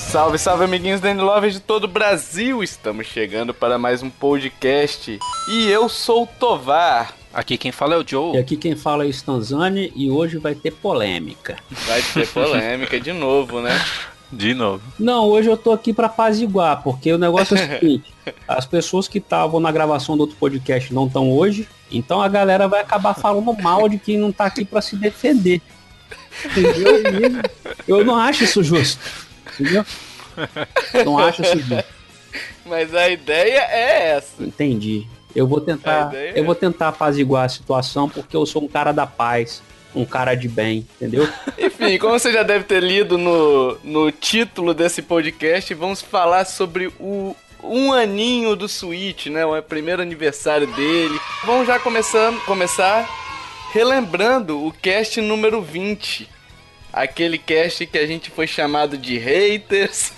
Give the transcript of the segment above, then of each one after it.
Salve, salve, amiguinhos Danny Lovers de todo o Brasil! Estamos chegando para mais um podcast. E eu sou o Tovar. Aqui quem fala é o Joe. E aqui quem fala é o Stanzani e hoje vai ter polêmica. Vai ter polêmica de novo, né? De novo. Não, hoje eu tô aqui pra apaziguar, porque o negócio é o seguinte, as pessoas que estavam na gravação do outro podcast não estão hoje, então a galera vai acabar falando mal de quem não tá aqui pra se defender. Entendeu? Eu não acho isso justo. Entendeu? Não acho isso justo. Mas a ideia é essa. Entendi. Eu vou tentar apaziguar a situação porque eu sou um cara da paz, um cara de bem, entendeu? Enfim, como você já deve ter lido no título desse podcast, vamos falar sobre um aninho do Switch, né? O primeiro aniversário dele. Vamos já começar relembrando o cast número 20. Aquele cast que a gente foi chamado de haters,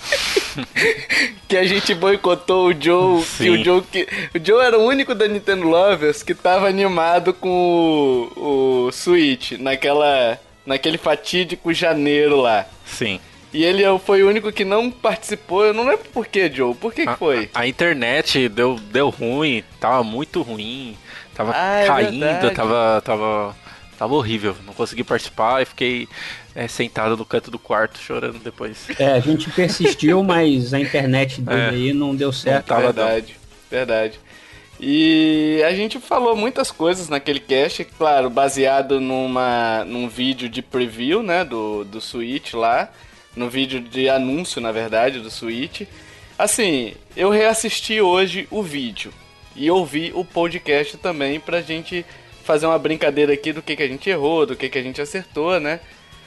que a gente boicotou o Joe, o Joe era o único da Nintendo Lovers que tava animado com o Switch, naquele fatídico janeiro lá. Sim. E ele foi o único que não participou, eu não lembro por que, Joe, por que foi? A internet deu ruim, tava muito ruim, tava caindo, tava horrível, não consegui participar e fiquei sentado no canto do quarto chorando depois. A gente persistiu, mas a internet dele aí não deu certo. Verdade. E a gente falou muitas coisas naquele cast, claro, baseado num vídeo de preview, né, do Switch lá, no vídeo de anúncio, na verdade, do Switch. Assim, eu reassisti hoje o vídeo e ouvi o podcast também pra gente fazer uma brincadeira aqui do que a gente errou, do que a gente acertou, né?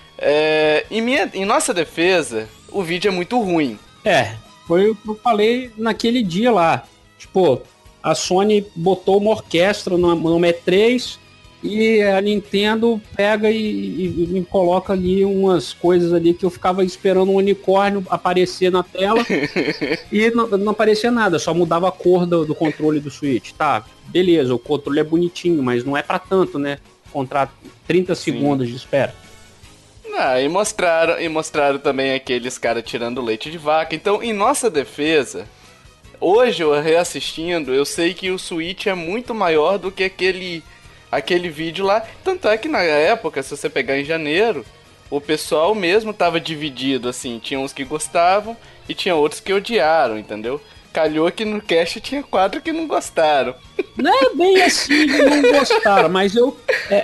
Em nossa defesa, o vídeo é muito ruim. Foi o que eu falei naquele dia lá. Tipo, a Sony botou uma orquestra no E3 e a Nintendo pega e me coloca ali umas coisas ali que eu ficava esperando um unicórnio aparecer na tela e não aparecia nada, só mudava a cor do controle do Switch. Tá, beleza, o controle é bonitinho, mas não é pra tanto, né? Contra 30 segundos de espera. E mostraram também aqueles caras tirando leite de vaca. Então, em nossa defesa, hoje eu reassistindo, eu sei que o Switch é muito maior do que aquele vídeo lá. Tanto é que na época, se você pegar em janeiro, o pessoal mesmo tava dividido, assim. Tinha uns que gostavam e tinha outros que odiaram, entendeu? Calhou que no cast tinha 4 que não gostaram. Não é bem assim que não gostaram, mas eu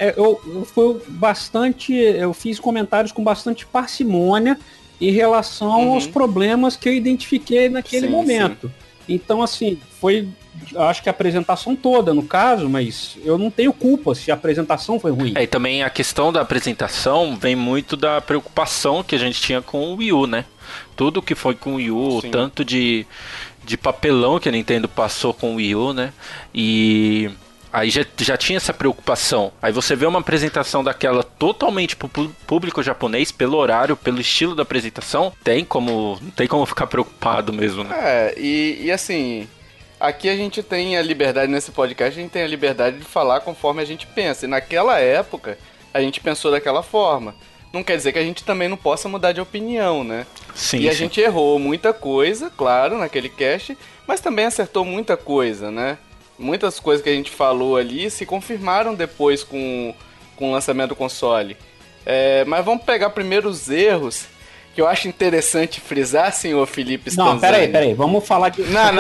fiz comentários com bastante parcimônia em relação aos problemas que eu identifiquei naquele momento. Sim. Então, assim, acho que a apresentação toda, no caso, mas eu não tenho culpa se a apresentação foi ruim. E também a questão da apresentação vem muito da preocupação que a gente tinha com o Wii U, né? Tudo que foi com o Wii U, tanto de papelão que a Nintendo passou com o Wii U, né? E aí já tinha essa preocupação. Aí você vê uma apresentação daquela totalmente pro público japonês, pelo horário, pelo estilo da apresentação, não tem como ficar preocupado mesmo, né? E assim, aqui a gente tem a liberdade, nesse podcast, a gente tem a liberdade de falar conforme a gente pensa. E naquela época, a gente pensou daquela forma. Não quer dizer que a gente também não possa mudar de opinião, né? Sim, e a gente errou muita coisa, claro, naquele cast, mas também acertou muita coisa, né? Muitas coisas que a gente falou ali se confirmaram depois com o lançamento do console. Mas vamos pegar primeiro os erros, que eu acho interessante frisar, senhor Felipe Stanzani. Não, peraí, vamos falar de... Não,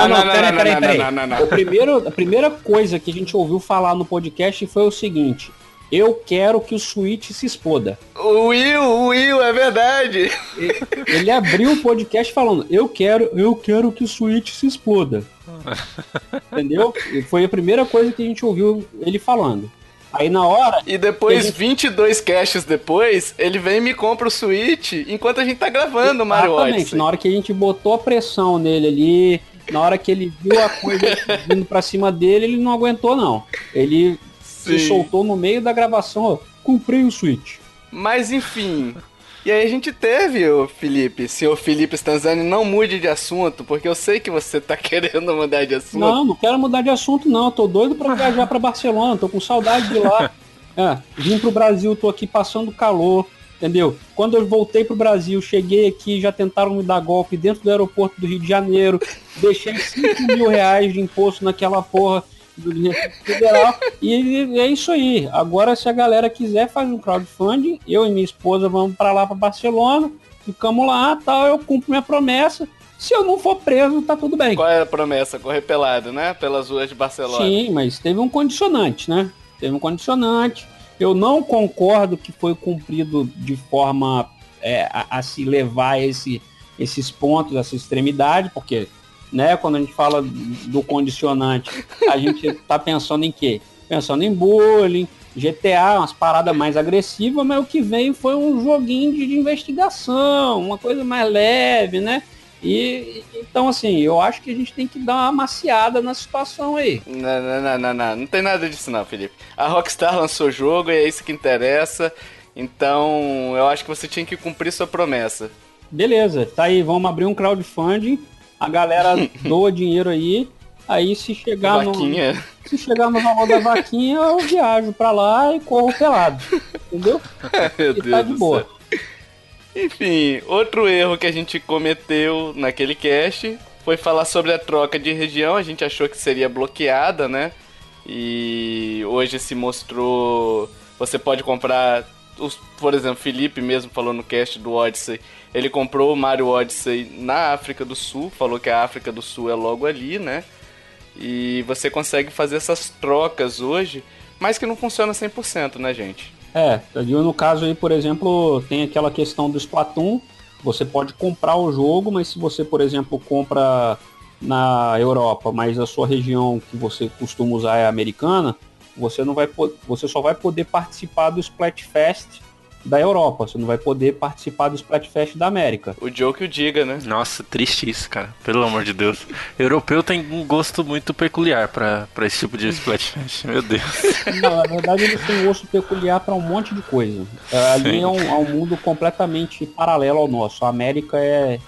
a primeira coisa que a gente ouviu falar no podcast foi o seguinte: eu quero que o Switch se exploda. O Will, é verdade. Ele abriu o podcast falando, eu quero que o Switch se exploda. Entendeu? E foi a primeira coisa que a gente ouviu ele falando. Aí na hora... E depois, 22 casts depois, ele vem e me compra o Switch enquanto a gente tá gravando o Mario Odyssey. Exatamente, na hora que a gente botou a pressão nele ali, na hora que ele viu a coisa vindo pra cima dele, ele não aguentou não. Ele se soltou no meio da gravação, ó, comprei o Switch. Mas enfim, e aí a gente teve o senhor Felipe Stanzani, não mude de assunto, porque eu sei que você tá querendo mudar de assunto. Não quero mudar de assunto não, tô doido pra viajar pra Barcelona, tô com saudade de lá. Vim pro Brasil, tô aqui passando calor, entendeu? Quando eu voltei pro Brasil, cheguei aqui, já tentaram me dar golpe dentro do aeroporto do Rio de Janeiro, deixei 5 mil reais de imposto naquela porra do Receita Federal, e é isso aí. Agora, se a galera quiser, faz um crowdfunding, eu e minha esposa vamos para lá, para Barcelona, ficamos lá, tal, eu cumpro minha promessa. Se eu não for preso, tá tudo bem. Qual é a promessa? Correr pelado, né? Pelas ruas de Barcelona. Sim, mas teve um condicionante, né? Teve um condicionante. Eu não concordo que foi cumprido de forma a se levar a esses pontos, essa extremidade, porque, né, quando a gente fala do condicionante, a gente tá pensando em quê? Pensando em bullying, GTA, umas paradas mais agressivas, mas o que veio foi um joguinho de investigação, uma coisa mais leve, né? E então, assim, eu acho que a gente tem que dar uma maciada na situação aí. Não tem nada disso não, Felipe. A Rockstar lançou o jogo e é isso que interessa. Então, eu acho que você tinha que cumprir sua promessa. Beleza, tá aí, vamos abrir um crowdfunding. A galera doa dinheiro aí se chegar vaquinha. Se chegar no valor da vaquinha, eu viajo pra lá e corro pelado. Entendeu? Meu e Deus tá de boa. Céu. Enfim, outro erro que a gente cometeu naquele cast foi falar sobre a troca de região. A gente achou que seria bloqueada, né? E hoje se mostrou... Você pode comprar... Por exemplo, Felipe mesmo falou no cast do Odyssey. Ele comprou o Mario Odyssey na África do Sul. Falou que a África do Sul é logo ali, né? E você consegue fazer essas trocas hoje, mas que não funciona 100%, né, gente? No caso aí, por exemplo, tem aquela questão do Splatoon. Você pode comprar o jogo, mas se você, por exemplo, compra na Europa, mas a sua região que você costuma usar é americana, você só vai poder participar do Splatfest da Europa, você não vai poder participar do Splatfest da América. O Joe que o diga, né? Nossa, triste isso, cara. Pelo amor de Deus. Europeu tem um gosto muito peculiar pra esse tipo de Splatfest. Meu Deus. Não, na verdade eles têm um gosto peculiar pra um monte de coisa. Ali é um mundo completamente paralelo ao nosso. A América é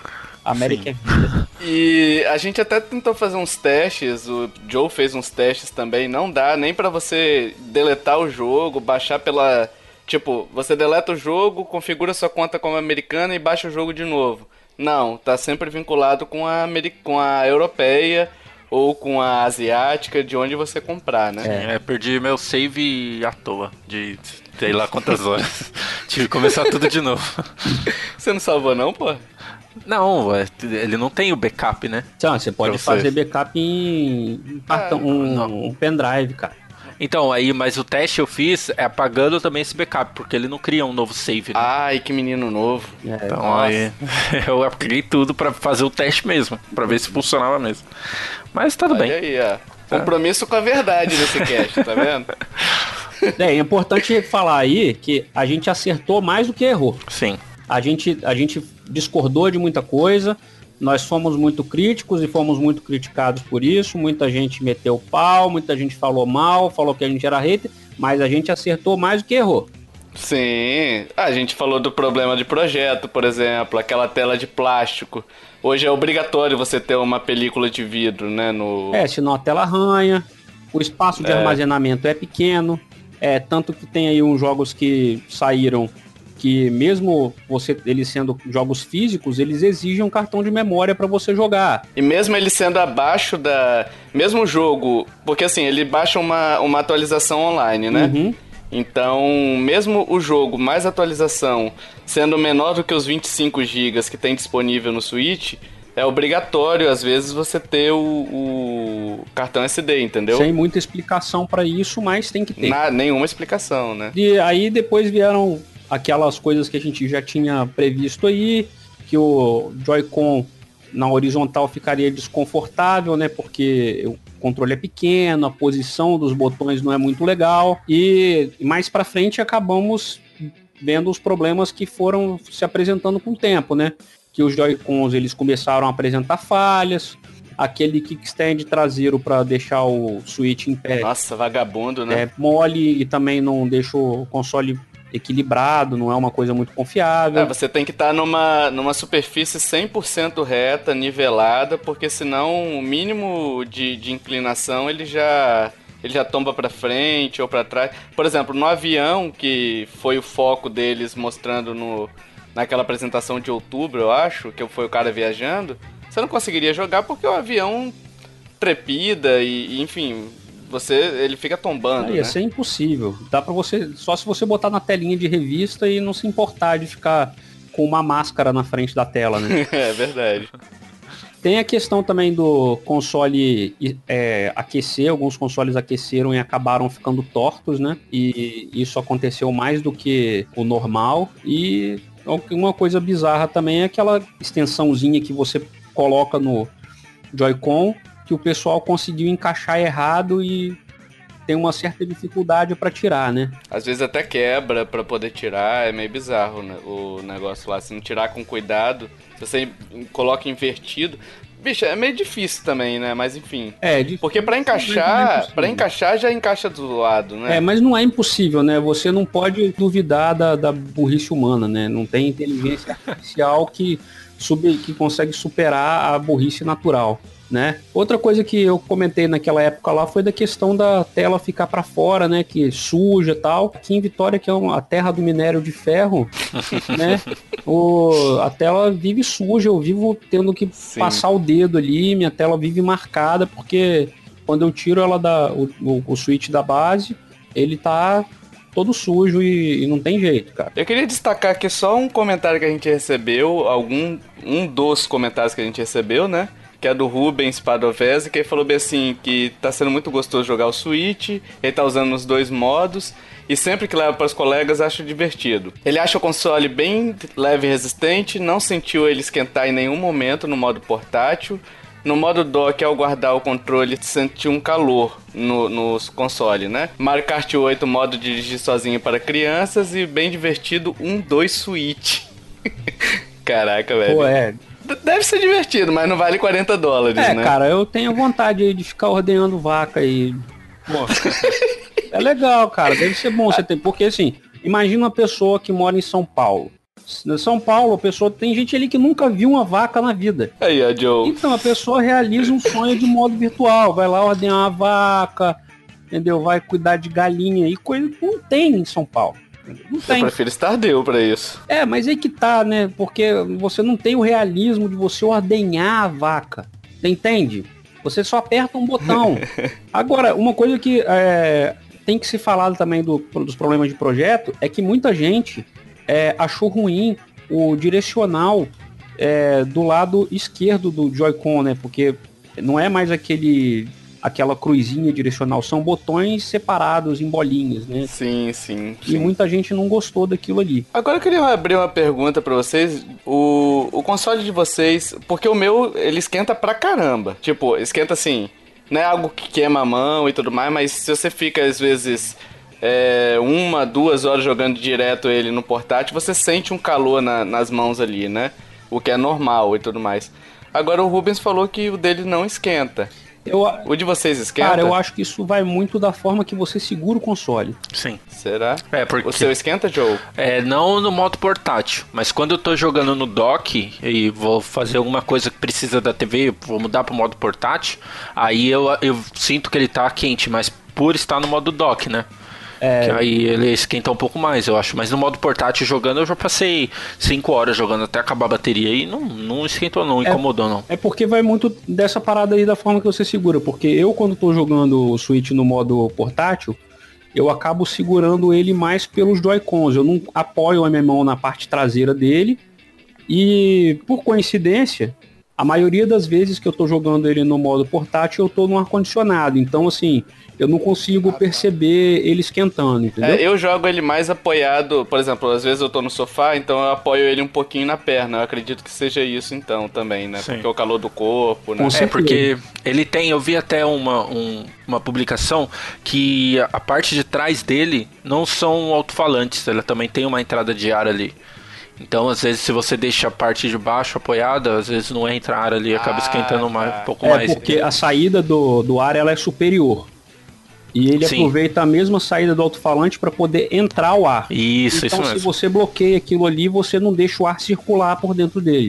vida. E a gente até tentou fazer uns testes, o Joe fez uns testes também, não dá nem pra você deletar o jogo, baixar pela... Tipo, você deleta o jogo, configura sua conta como americana e baixa o jogo de novo. Não, tá sempre vinculado com a europeia ou com a asiática, de onde você comprar, né? Perdi meu save à toa, de sei lá quantas horas. Tive que começar tudo de novo. Você não salvou não, pô? Não, ele não tem o backup, né? Então, você pode fazer backup em cartão, um pendrive, cara. Então, mas o teste eu fiz apagando também esse backup, porque ele não cria um novo save, né? Ai, que menino novo. Então nossa. Aí eu apaguei tudo pra fazer o teste mesmo, pra ver se funcionava mesmo. Mas tudo bem. Olha aí, ó. Compromisso com a verdade nesse cast, tá vendo? É importante falar aí que a gente acertou mais do que errou. Sim. A gente discordou de muita coisa, nós fomos muito críticos e fomos muito criticados por isso, muita gente meteu o pau, muita gente falou mal, falou que a gente era hater, mas a gente acertou mais do que errou. Sim, a gente falou do problema de projeto, por exemplo, aquela tela de plástico. Hoje é obrigatório você ter uma película de vidro, né? Senão a tela arranha, o espaço de armazenamento é pequeno, tanto que tem aí uns jogos que saíram que mesmo eles sendo jogos físicos, eles exigem um cartão de memória para você jogar. E mesmo ele sendo abaixo da... Mesmo jogo, porque assim, ele baixa uma atualização online, né? Uhum. Então, mesmo o jogo mais atualização sendo menor do que os 25 GB que tem disponível no Switch, é obrigatório, às vezes, você ter o cartão SD, entendeu? Sem muita explicação para isso, mas tem que ter. Nenhuma explicação, né? E aí depois vieram aquelas coisas que a gente já tinha previsto aí, que o Joy-Con na horizontal ficaria desconfortável, né? Porque o controle é pequeno, a posição dos botões não é muito legal. E mais pra frente acabamos vendo os problemas que foram se apresentando com o tempo, né? Que os Joy-Cons eles começaram a apresentar falhas, aquele kickstand traseiro para deixar o Switch em pé. Nossa, vagabundo, né? É mole e também não deixa o console equilibrado, não é uma coisa muito confiável. Você tem que estar numa superfície 100% reta, nivelada, porque senão o mínimo de inclinação ele já ele já tomba pra frente ou pra trás. Por exemplo, no avião, que foi o foco deles mostrando naquela apresentação de outubro, eu acho, que foi o cara viajando, você não conseguiria jogar porque o avião trepida e enfim, ele fica tombando, ia né? ser impossível. Dá pra você, só se você botar na telinha de revista e não se importar de ficar com uma máscara na frente da tela, né? É verdade. Tem a questão também do console aquecer, alguns consoles aqueceram e acabaram ficando tortos, né? E isso aconteceu mais do que o normal. E uma coisa bizarra também é aquela extensãozinha que você coloca no Joy-Con, que o pessoal conseguiu encaixar errado e tem uma certa dificuldade para tirar, né? Às vezes até quebra para poder tirar, é meio bizarro, né, o negócio lá. Se não tirar com cuidado, se você coloca invertido, bicho, é meio difícil também, né? Mas enfim. Difícil, porque para encaixar já encaixa do lado, né? Mas não é impossível, né? Você não pode duvidar da burrice humana, né? Não tem inteligência artificial que consegue superar a burrice natural, né? Outra coisa que eu comentei naquela época lá foi da questão da tela ficar para fora, né? Que suja e tal. Aqui em Vitória, que é a terra do minério de ferro, né? A tela vive suja, eu vivo tendo que passar o dedo ali, minha tela vive marcada, porque quando eu tiro ela o switch da base, ele tá todo sujo e não tem jeito, cara. Eu queria destacar aqui só um comentário que a gente recebeu, um dos comentários que a gente recebeu, né? Que é do Rubens Padovese, que ele falou bem assim, que tá sendo muito gostoso jogar o Switch, ele tá usando nos 2 modos, e sempre que leva para os colegas acha divertido. Ele acha o console bem leve e resistente, não sentiu ele esquentar em nenhum momento no modo portátil. No modo dock, ao guardar o controle, sentiu um calor no console, né? Mario Kart 8, modo de dirigir sozinho para crianças, e bem divertido, 2 Switch. Caraca, velho. Pô, Deve ser divertido, mas não vale $40, né? Cara, eu tenho vontade aí de ficar ordenhando vaca aí. Pô, é legal, cara, deve ser bom você ter, porque assim, imagina uma pessoa que mora em São Paulo. Em São Paulo, tem gente ali que nunca viu uma vaca na vida. Aí, ó, Joe. Então, a pessoa realiza um sonho de modo virtual, vai lá ordenar uma vaca, entendeu? Vai cuidar de galinha e coisa que não tem em São Paulo. Não tem. Eu prefiro Stardew pra isso. Mas aí que tá, né? Porque você não tem o realismo de você ordenhar a vaca. Você entende? Você só aperta um botão. Agora, uma coisa que tem que se falar também dos problemas de projeto é que muita gente achou ruim o direcional do lado esquerdo do Joy-Con, né? Porque não é mais aquela cruzinha direcional, são botões separados em bolinhas, né? Sim. E muita gente não gostou daquilo ali. Agora eu queria abrir uma pergunta pra vocês. O console de vocês, porque o meu, ele esquenta pra caramba. Tipo, esquenta assim, não é algo que queima a mão e tudo mais, mas se você fica às vezes 1-2 horas jogando direto ele no portátil, você sente um calor nas mãos ali, né? O que é normal e tudo mais. Agora o Rubens falou que o dele não esquenta. O de vocês esquenta? Cara, eu acho que isso vai muito da forma que você segura o console. Sim. Será? Porque... O seu esquenta, Joe? Não no modo portátil, mas quando eu tô jogando no dock e vou fazer alguma coisa que precisa da TV, vou mudar pro modo portátil, aí eu sinto que ele tá quente, mas por estar no modo dock, né? Que aí ele esquenta um pouco mais, eu acho. Mas no modo portátil jogando, eu já passei 5 horas jogando até acabar a bateria e não esquentou, não incomodou, não. É porque vai muito dessa parada aí da forma que você segura. Porque eu, quando tô jogando o Switch no modo portátil, eu acabo segurando ele mais pelos Joy-Cons. Eu não apoio a minha mão na parte traseira dele. E, por coincidência, a maioria das vezes que eu tô jogando ele no modo portátil, eu tô no ar-condicionado. Então, assim, eu não consigo perceber ele esquentando, entendeu? Eu jogo ele mais apoiado, por exemplo, às vezes eu tô no sofá, então eu apoio ele um pouquinho na perna. Eu acredito que seja isso então também, né? Sim. Porque o calor do corpo, né? Porque ele tem, eu vi até uma publicação que a parte de trás dele não são alto-falantes, ela também tem uma entrada de ar ali. Então, às vezes, se você deixa a parte de baixo apoiada, às vezes não entra ar ali, acaba esquentando um pouco mais. Porque a saída do ar ela é superior. E ele aproveita a mesma saída do alto-falante para poder entrar o ar. Isso então, mesmo. Se você bloqueia aquilo ali, você não deixa o ar circular por dentro dele.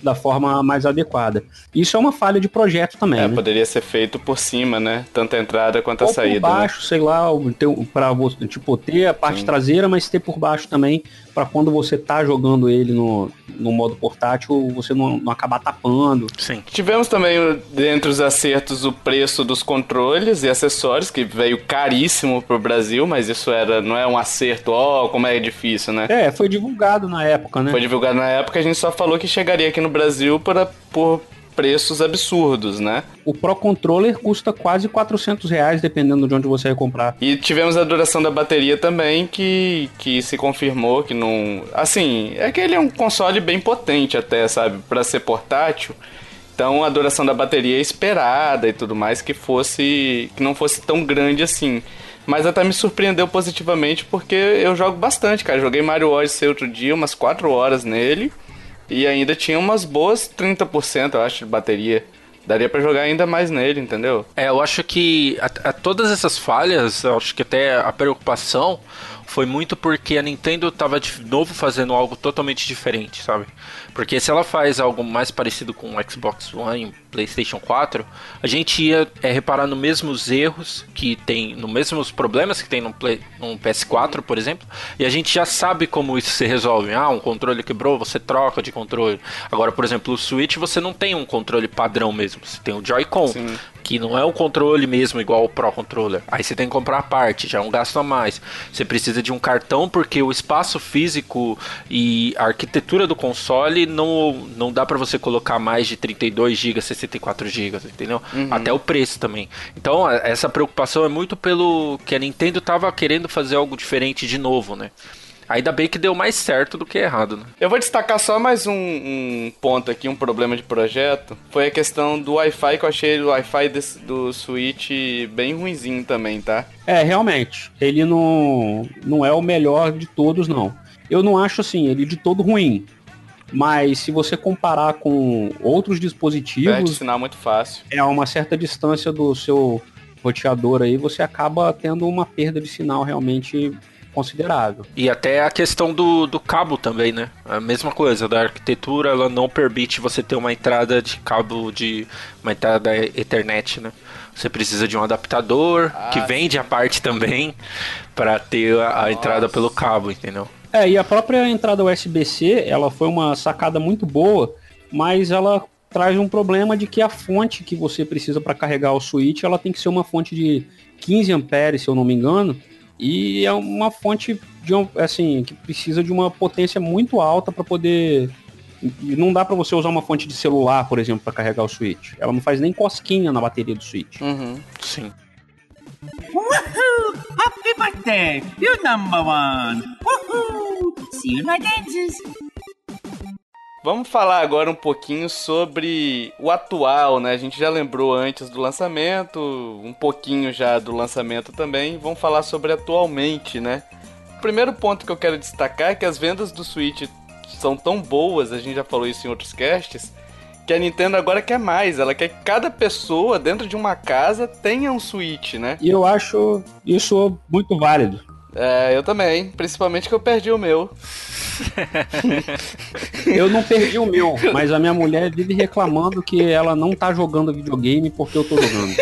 da forma mais adequada. Isso é uma falha de projeto também, né? Poderia ser feito por cima, né? Tanto a entrada quanto a saída. Por baixo, né? Sei lá, pra você, tipo, ter a parte traseira, mas ter por baixo também, pra quando você tá jogando ele no modo portátil, você não acabar tapando. Sim. Tivemos também, dentre os acertos, o preço dos controles e acessórios, que veio caríssimo pro Brasil, mas isso não é um acerto, como é difícil, né? Foi divulgado na época, né? Foi divulgado na época, a gente só falou que chegaria aqui no Brasil por preços absurdos, né? O Pro Controller custa quase R$400, dependendo de onde você vai comprar. E tivemos a duração da bateria também, que se confirmou que não... Assim, é que ele é um console bem potente até, sabe? Pra ser portátil. Então a duração da bateria é esperada e tudo mais, que não fosse tão grande assim. Mas até me surpreendeu positivamente, porque eu jogo bastante, cara. Joguei Mario Odyssey outro dia, umas 4 horas nele. E ainda tinha umas boas 30%, eu acho, de bateria. Daria pra jogar ainda mais nele, entendeu? Eu acho que a todas essas falhas, eu acho que até a preocupação foi muito porque a Nintendo tava de novo fazendo algo totalmente diferente, sabe? Porque se ela faz algo mais parecido com o Xbox One e PlayStation 4, a gente ia reparar nos mesmos erros que tem, nos mesmos problemas que tem no PS4, por exemplo, e a gente já sabe como isso se resolve. Um controle quebrou, você troca de controle. Agora, por exemplo, o Switch, você não tem um controle padrão mesmo, você tem o Joy-Con. Sim. Que não é um controle mesmo igual o Pro Controller. Aí você tem que comprar a parte, já é um gasto a mais. Você precisa de um cartão porque o espaço físico e a arquitetura do console não dá pra você colocar mais de 32 GB, 64 GB, entendeu? Até o preço também. Então essa preocupação é muito pelo que a Nintendo tava querendo fazer algo diferente de novo, né? Ainda bem que deu mais certo do que errado, né? Eu vou destacar só mais um ponto aqui, um problema de projeto. Foi a questão do Wi-Fi, que eu achei o Wi-Fi do Switch bem ruinzinho também, tá? Realmente. Ele não é o melhor de todos, não. Eu não acho, assim, ele de todo ruim. Mas se você comparar com outros dispositivos... Perde sinal muito fácil. A uma certa distância do seu roteador aí, você acaba tendo uma perda de sinal realmente considerável. E até a questão do cabo também, né? A mesma coisa, da arquitetura, ela não permite você ter uma entrada de cabo uma entrada Ethernet, né? Você precisa de um adaptador que vende a parte também para ter a entrada pelo cabo, entendeu? E a própria entrada USB-C, ela foi uma sacada muito boa, mas ela traz um problema de que a fonte que você precisa para carregar o Switch, ela tem que ser uma fonte de 15 amperes, se eu não me engano, e é uma fonte que precisa de uma potência muito alta para poder... Não dá para você usar uma fonte de celular, por exemplo, para carregar o Switch. Ela não faz nem cosquinha na bateria do Switch. Sim. Woohoo! Happy birthday! You're number one! Woohoo! See you in my dances! Vamos falar agora um pouquinho sobre o atual, né? A gente já lembrou antes do lançamento, um pouquinho já do lançamento também. Vamos falar sobre atualmente, né? O primeiro ponto que eu quero destacar é que as vendas do Switch são tão boas, a gente já falou isso em outros casts, que a Nintendo agora quer mais. Ela quer que cada pessoa dentro de uma casa tenha um Switch, né? E eu acho isso muito válido. Eu também, principalmente que eu perdi o meu. Eu não perdi o meu, mas a minha mulher vive reclamando que ela não tá jogando videogame porque eu tô jogando.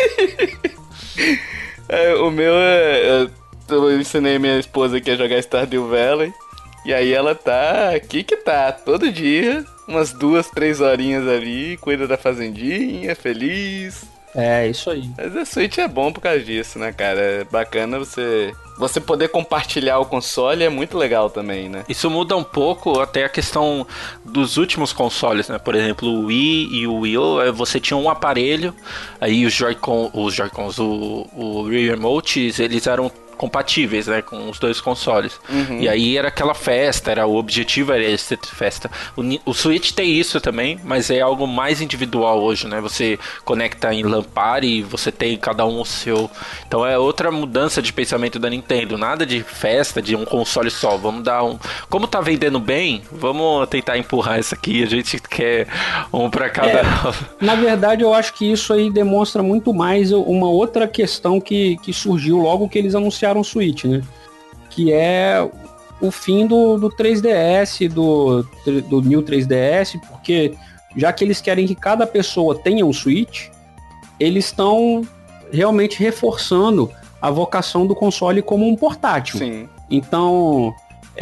O meu eu ensinei minha esposa aqui a jogar Stardew Valley. E aí ela tá aqui que tá, todo dia, umas 2, 3 horinhas ali, cuida da fazendinha, feliz. Isso aí. Mas a Switch é bom por causa disso, né, cara? É bacana você poder compartilhar o console, é muito legal também, né? Isso muda um pouco até a questão dos últimos consoles, né? Por exemplo, o Wii e o Wii U, você tinha um aparelho, aí os Joy-Cons, o Wii Remotes, eles eram compatíveis, né, com os dois consoles. E aí era aquela festa, o objetivo era essa festa. O Switch tem isso também, mas é algo mais individual hoje, né? Você conecta em LAN party e você tem cada um o seu. Então é outra mudança de pensamento da Nintendo. Nada de festa, de um console só. Vamos dar um... Como tá vendendo bem, vamos tentar empurrar isso aqui. A gente quer um pra cada... Na verdade, eu acho que isso aí demonstra muito mais uma outra questão que surgiu logo que eles anunciaram o Switch, né? Que é o fim do 3DS, do New 3DS, porque já que eles querem que cada pessoa tenha um Switch, eles estão realmente reforçando a vocação do console como um portátil. Sim. Então,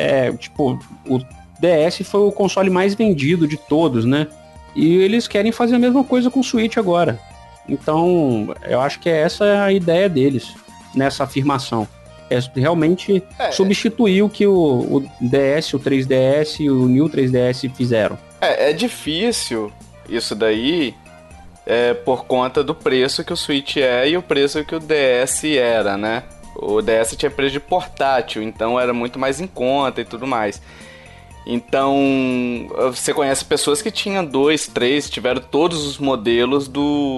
o DS foi o console mais vendido de todos, né? E eles querem fazer a mesma coisa com o Switch agora. Então, eu acho que essa a ideia deles, nessa afirmação. É realmente substituir o que o DS, o 3DS e o New 3DS fizeram. É difícil isso daí por conta do preço que o Switch e o preço que o DS era, né? O DS tinha preço de portátil, então era muito mais em conta e tudo mais. Então, você conhece pessoas que tinham 2, 3, tiveram todos os modelos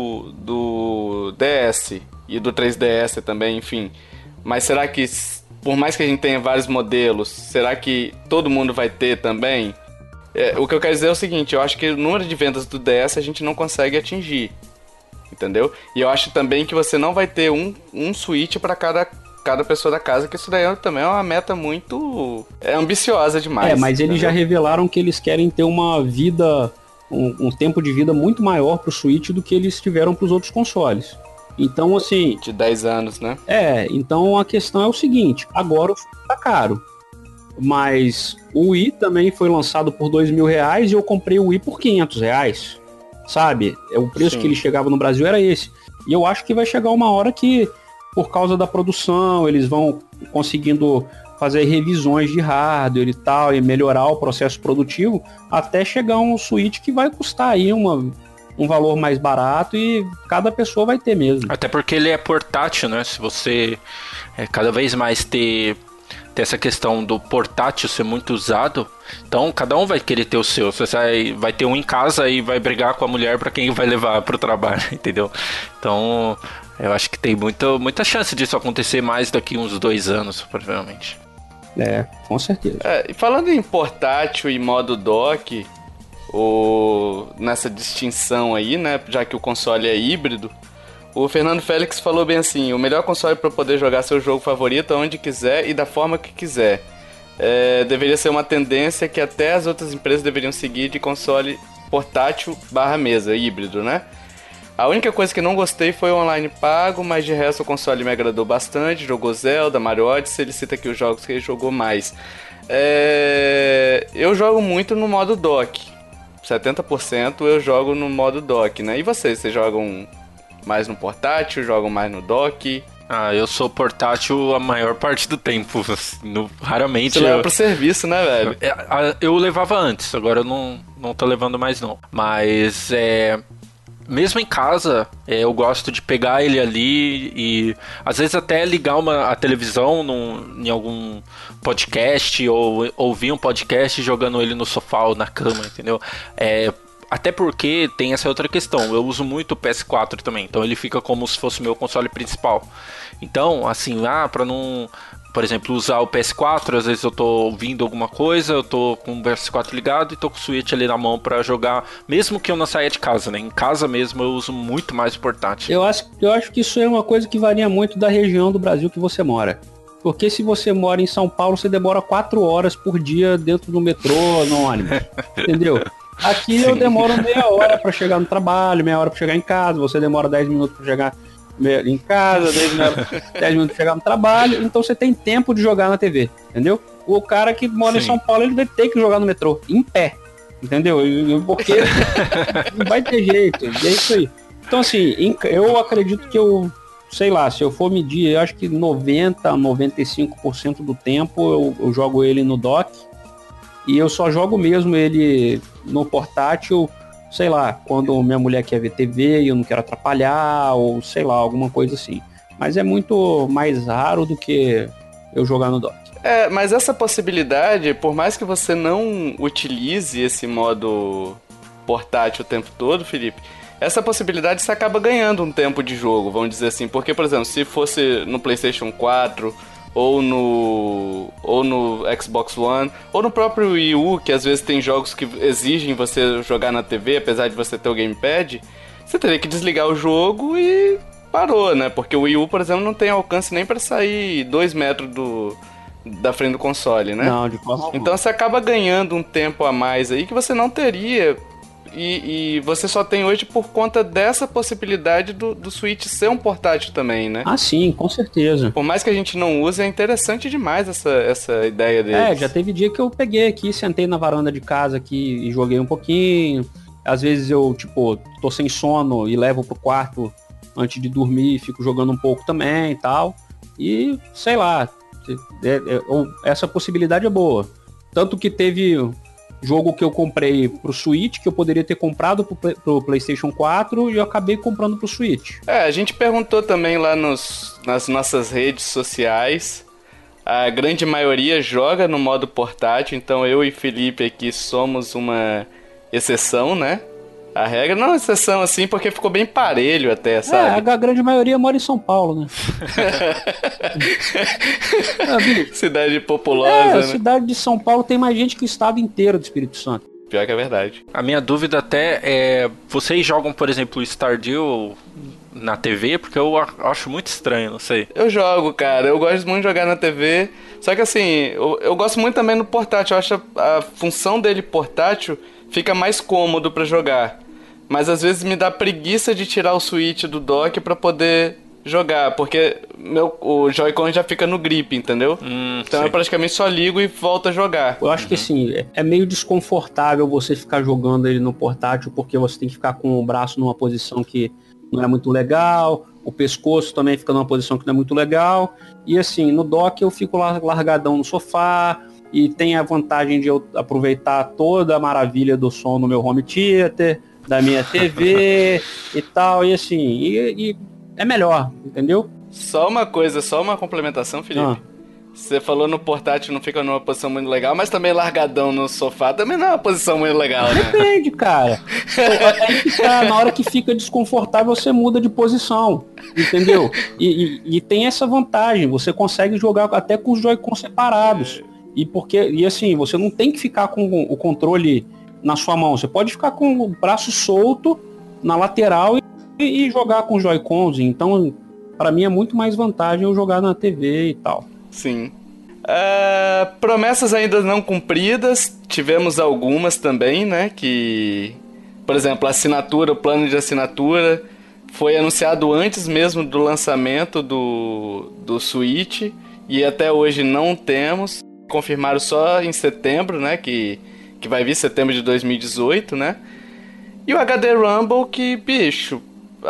do DS e do 3DS também, enfim. Mas será que, por mais que a gente tenha vários modelos, será que todo mundo vai ter também? O que eu quero dizer é o seguinte, eu acho que o número de vendas do DS a gente não consegue atingir, entendeu? E eu acho também que você não vai ter um Switch para cada pessoa da casa, que isso daí também é uma meta muito ambiciosa demais. Mas entendeu? eles já revelaram que eles querem ter uma vida, um tempo de vida muito maior pro Switch do que eles tiveram pros outros consoles. Então, assim... De 10 anos, né? Então a questão é o seguinte, agora o Switch tá caro, mas o Wii também foi lançado por R$2.000 e eu comprei o Wii por R$500, sabe? O preço que ele chegava no Brasil era esse. E eu acho que vai chegar uma hora que, por causa da produção, eles vão conseguindo fazer revisões de hardware e tal, e melhorar o processo produtivo, até chegar um Switch que vai custar aí um valor mais barato e cada pessoa vai ter mesmo. Até porque ele é portátil, né? Se você cada vez mais ter essa questão do portátil ser muito usado, então cada um vai querer ter o seu. Você vai ter um em casa e vai brigar com a mulher para quem vai levar pro trabalho, entendeu? Então, eu acho que tem muita chance disso acontecer mais daqui uns 2 anos, provavelmente. Com certeza. E falando em portátil e modo dock, nessa distinção aí, né, já que o console é híbrido, o Fernando Félix falou bem assim: o melhor console para poder jogar seu jogo favorito onde quiser e da forma que quiser. Deveria ser uma tendência que até as outras empresas deveriam seguir, de console portátil /mesa, híbrido, né? A única coisa que não gostei foi o online pago, mas de resto o console me agradou bastante. Jogou Zelda, Mario Odyssey, ele cita aqui os jogos que ele jogou mais. Eu jogo muito no modo dock. 70% eu jogo no modo dock, né? E vocês jogam mais no portátil, jogam mais no dock? Eu sou portátil a maior parte do tempo. Raramente. Você leva pro serviço, né, velho? Eu levava antes, agora eu não tô levando mais não. Mas mesmo em casa, eu gosto de pegar ele ali e às vezes até ligar a televisão em algum podcast ou ouvir um podcast jogando ele no sofá ou na cama, entendeu? Até porque tem essa outra questão, eu uso muito o PS4 também, então ele fica como se fosse meu console principal. Então, assim, pra não, por exemplo, usar o PS4, às vezes eu tô ouvindo alguma coisa, eu tô com o PS4 ligado e tô com o Switch ali na mão pra jogar, mesmo que eu não saia de casa, né? Em casa mesmo eu uso muito mais o portátil. Eu acho que isso é uma coisa que varia muito da região do Brasil que você mora. Porque se você mora em São Paulo, você demora 4 horas por dia dentro do metrô, no ônibus, entendeu? Aqui eu demoro meia hora pra chegar no trabalho, meia hora pra chegar em casa, você demora 10 minutos pra chegar em casa, 10 minutos pra chegar no trabalho, então você tem tempo de jogar na TV, entendeu? O cara que mora em São Paulo, ele vai ter que jogar no metrô, em pé, entendeu? Porque não vai ter jeito, é isso aí. Então assim, eu acredito que sei lá, se eu for medir, eu acho que 90-95% do tempo eu jogo ele no dock. E eu só jogo mesmo ele no portátil, sei lá, quando minha mulher quer ver TV e eu não quero atrapalhar, ou sei lá, alguma coisa assim. Mas é muito mais raro do que eu jogar no dock. Mas essa possibilidade, por mais que você não utilize esse modo portátil o tempo todo, Felipe, essa possibilidade você acaba ganhando um tempo de jogo, vamos dizer assim. Porque, por exemplo, se fosse no PlayStation 4... ou no Xbox One, ou no próprio Wii U, que às vezes tem jogos que exigem você jogar na TV, apesar de você ter o gamepad, você teria que desligar o jogo e parou, né? Porque o Wii U, por exemplo, não tem alcance nem para sair 2 metros da frente do console, né? Não, de forma alguma. Então você acaba ganhando um tempo a mais aí que você não teria e você só tem hoje por conta dessa possibilidade do Switch ser um portátil também, né? Ah, sim, com certeza. Por mais que a gente não use, é interessante demais essa ideia deles. Já teve dia que eu peguei aqui, sentei na varanda de casa aqui e joguei um pouquinho. Às vezes eu, tô sem sono e levo pro quarto antes de dormir, fico jogando um pouco também e tal. E, sei lá, essa possibilidade é boa. Tanto que teve jogo que eu comprei pro Switch, que eu poderia ter comprado pro PlayStation 4 e eu acabei comprando pro Switch. A gente perguntou também lá nas nossas redes sociais. A grande maioria joga no modo portátil, então eu e Felipe aqui somos uma exceção, né? A regra não é exceção assim, porque ficou bem parelho até, sabe? A grande maioria mora em São Paulo, né? Cidade populosa, a né? cidade de São Paulo tem mais gente que o estado inteiro do Espírito Santo. Pior que é verdade. A minha dúvida até é... Vocês jogam, por exemplo, o Stardew na TV? Porque eu acho muito estranho, não sei. Eu jogo, cara. Eu gosto muito de jogar na TV. Só que assim, eu gosto muito também no portátil. Eu acho a função dele portátil fica mais cômodo pra jogar. Mas às vezes me dá preguiça de tirar o Switch do dock pra poder jogar. Porque o Joy-Con já fica no grip, entendeu? Então sim. eu praticamente só ligo e volto a jogar. Eu acho que assim, é meio desconfortável você ficar jogando ele no portátil, porque você tem que ficar com o braço numa posição que não é muito legal, o pescoço também fica numa posição que não é muito legal. E assim, no dock eu fico largadão no sofá, e tem a vantagem de eu aproveitar toda a maravilha do som no meu home theater, da minha TV e tal, e assim, e é melhor, entendeu? Só uma complementação, Felipe. Você falou no portátil não fica numa posição muito legal, mas também largadão no sofá também não é uma posição muito legal, né? Depende, cara. Aí que tá, na hora que fica desconfortável, você muda de posição, entendeu? E tem essa vantagem, você consegue jogar até com os Joy-Con separados. E assim, você não tem que ficar com o controle na sua mão, você pode ficar com o braço solto na lateral e jogar com os Joy-Cons. Então, pra mim é muito mais vantagem eu jogar na TV e tal. Sim. Promessas ainda não cumpridas, tivemos algumas também, né? Que, por exemplo, o plano de assinatura foi anunciado antes mesmo do lançamento do Switch e até hoje não temos. Confirmaram só em setembro, né? Que vai vir setembro de 2018, né? E o HD Rumble que, bicho,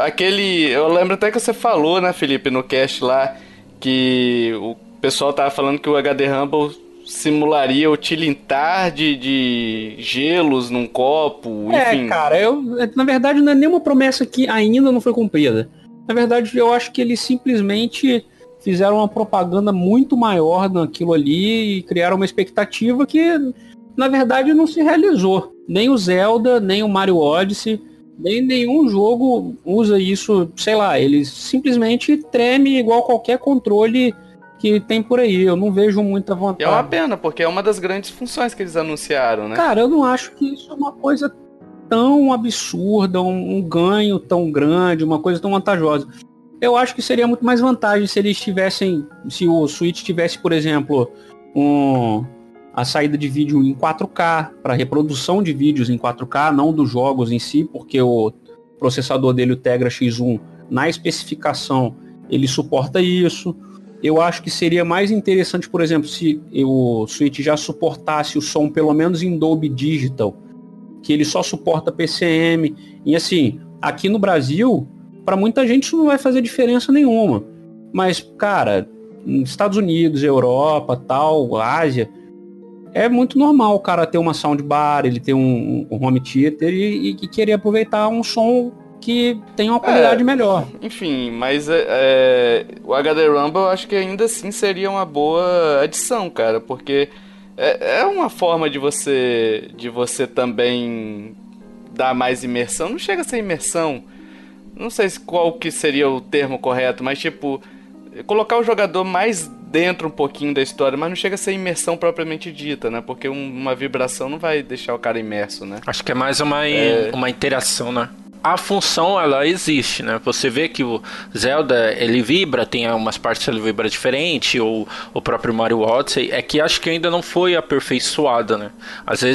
eu lembro até que você falou, né, Felipe, no cast lá, que o pessoal tava falando que o HD Rumble simularia o tilintar de gelos num copo, enfim. Cara, na verdade não é nenhuma promessa que ainda não foi cumprida. Na verdade, eu acho que eles simplesmente fizeram uma propaganda muito maior naquilo ali e criaram uma expectativa que, na verdade, não se realizou. Nem o Zelda, nem o Mario Odyssey, nem nenhum jogo usa isso, sei lá, ele simplesmente treme igual qualquer controle que tem por aí. Eu não vejo muita vantagem. É uma pena, porque é uma das grandes funções que eles anunciaram, né? Cara, eu não acho que isso é uma coisa tão absurda, um ganho tão grande, uma coisa tão vantajosa. Eu acho que seria muito mais vantagem se eles tivessem, se o Switch tivesse, por exemplo, a saída de vídeo em 4K, para reprodução de vídeos em 4K, não dos jogos em si, porque o processador dele, o Tegra X1, na especificação, ele suporta isso. Eu acho que seria mais interessante, por exemplo, se o Switch já suportasse o som pelo menos em Dolby Digital, que ele só suporta PCM. E assim, aqui no Brasil, para muita gente isso não vai fazer diferença nenhuma. Mas, cara, nos Estados Unidos, Europa, tal, Ásia, é muito normal o cara ter uma soundbar, ele ter um home theater e querer aproveitar um som que tem uma qualidade melhor. Enfim, mas o HD Rumble eu acho que ainda assim seria uma boa adição, cara, porque é uma forma de você também dar mais imersão. Não chega a ser imersão, não sei qual que seria o termo correto, mas tipo, colocar o jogador mais dentro um pouquinho da história, mas não chega a ser imersão propriamente dita, né? Porque uma vibração não vai deixar o cara imerso, né? Acho que é mais uma interação, né? A função, ela existe, né? Você vê que o Zelda, ele vibra, tem umas partes que ele vibra diferente, ou o próprio Mario Odyssey, é que acho que ainda não foi aperfeiçoada, né? Às vezes,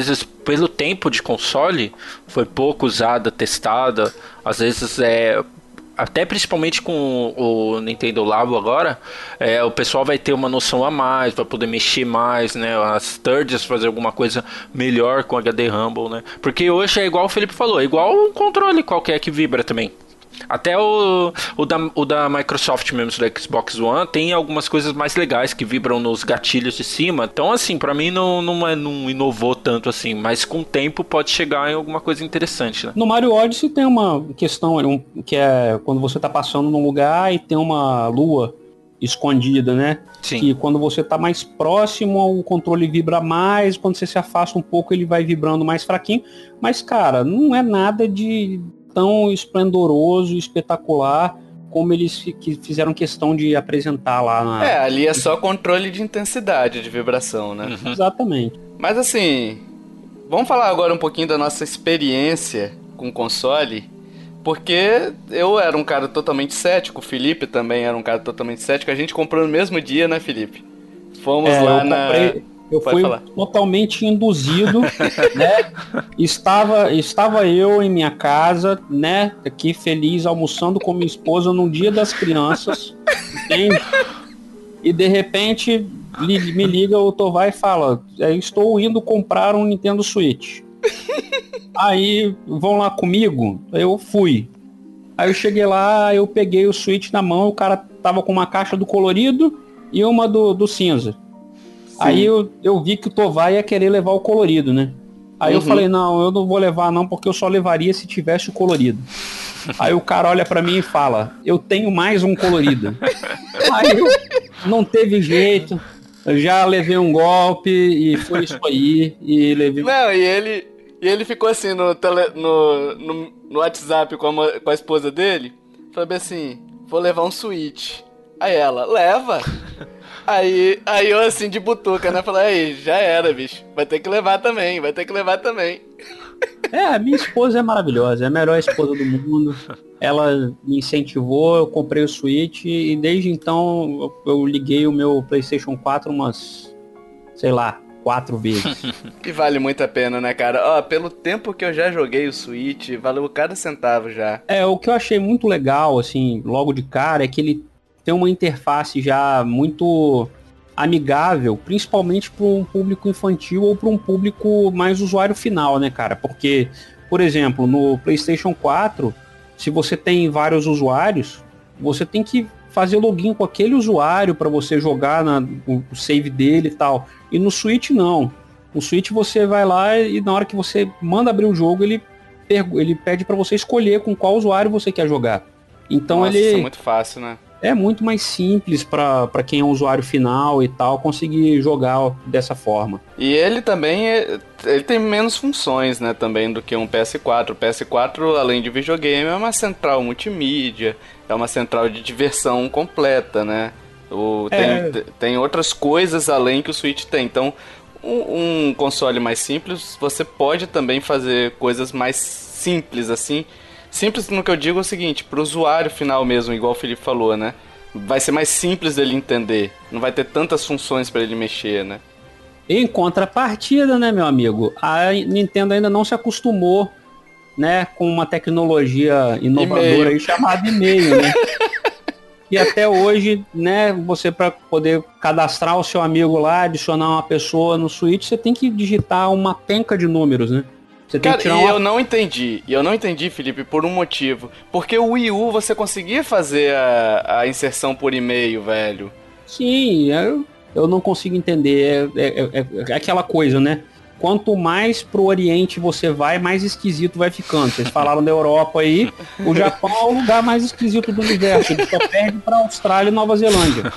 pelo tempo de console, foi pouco usada, testada. Às vezes até principalmente com o Nintendo Labo agora, o pessoal vai ter uma noção a mais, vai poder mexer mais, né? As thirds fazer alguma coisa melhor com HD Rumble, né? Porque hoje é igual o Felipe falou, é igual um controle qualquer que vibra também. Até o da Microsoft mesmo, do Xbox One, tem algumas coisas mais legais que vibram nos gatilhos de cima. Então, assim, pra mim não inovou tanto assim, mas com o tempo pode chegar em alguma coisa interessante, né? No Mario Odyssey tem uma questão que é quando você tá passando num lugar e tem uma lua escondida, né? Sim. Que quando você tá mais próximo, o controle vibra mais, quando você se afasta um pouco, ele vai vibrando mais fraquinho. Mas, cara, não é nada de tão esplendoroso e espetacular como eles fizeram questão de apresentar lá na... Ali é só controle de intensidade de vibração, né? Uhum. Exatamente. Mas assim, vamos falar agora um pouquinho da nossa experiência com o console, porque eu era um cara totalmente cético, o Felipe também era um cara totalmente cético, a gente comprou no mesmo dia, né, Felipe? Fomos lá Eu Pode fui falar. totalmente induzido, né? Estava eu em minha casa, né? Aqui feliz, almoçando com minha esposa num dia das crianças, entende? E de repente me liga o Tovar e fala: estou indo comprar um Nintendo Switch. Aí, vão lá comigo? Eu fui. Aí eu cheguei lá, eu peguei o Switch na mão, o cara tava com uma caixa do colorido e uma do cinza. Sim. Aí eu vi que o Tovar ia querer levar o colorido, né? Aí eu falei, não, eu não vou levar não, porque eu só levaria se tivesse o colorido. Aí o cara olha pra mim e fala, eu tenho mais um colorido. Aí não teve jeito, eu já levei um golpe e foi isso aí. E levei... Não, e ele ficou assim no WhatsApp com a esposa dele, falou bem assim, vou levar um Switch. Aí ela, leva. Aí eu assim de butuca, né? Falei, aí, já era, bicho. Vai ter que levar também. A minha esposa é maravilhosa, é a melhor esposa do mundo. Ela me incentivou, eu comprei o Switch e desde então eu liguei o meu PlayStation 4 umas, sei lá, 4 vezes. E vale muito a pena, né, cara? Ó, pelo tempo que eu já joguei o Switch, valeu cada centavo já. O que eu achei muito legal, assim, logo de cara, é que ele tem uma interface já muito amigável, principalmente para um público infantil ou para um público mais usuário final, né, cara? Porque, por exemplo, no PlayStation 4, se você tem vários usuários, você tem que fazer login com aquele usuário para você jogar o save dele e tal. E no Switch, não. No Switch você vai lá e na hora que você manda abrir o jogo, ele pede para você escolher com qual usuário você quer jogar. Então Nossa, isso é muito fácil, né? É muito mais simples para quem é um usuário final e tal, conseguir jogar dessa forma. E ele também ele tem menos funções, né, também do que um PS4. O PS4, além de videogame, é uma central multimídia, é uma central de diversão completa, né? Tem outras coisas além que o Switch tem. Então, um console mais simples, você pode também fazer coisas mais simples, assim. Simples no que eu digo é o seguinte, pro usuário final mesmo, igual o Felipe falou, né? Vai ser mais simples dele entender. Não vai ter tantas funções pra ele mexer, né? Em contrapartida, né, meu amigo? A Nintendo ainda não se acostumou, né, com uma tecnologia inovadora aí chamada e-mail, né? E até hoje, né, você para poder cadastrar o seu amigo lá, adicionar uma pessoa no Switch, você tem que digitar uma penca de números, né? Você tem Cara, que tirar eu não entendi, Felipe, por um motivo. Porque o Wii U você conseguia fazer a inserção por e-mail, velho. Sim, eu não consigo entender. É aquela coisa, né? Quanto mais pro Oriente você vai, mais esquisito vai ficando. Vocês falaram da Europa aí, o Japão é o lugar mais esquisito do universo. Ele só perde pra Austrália e Nova Zelândia.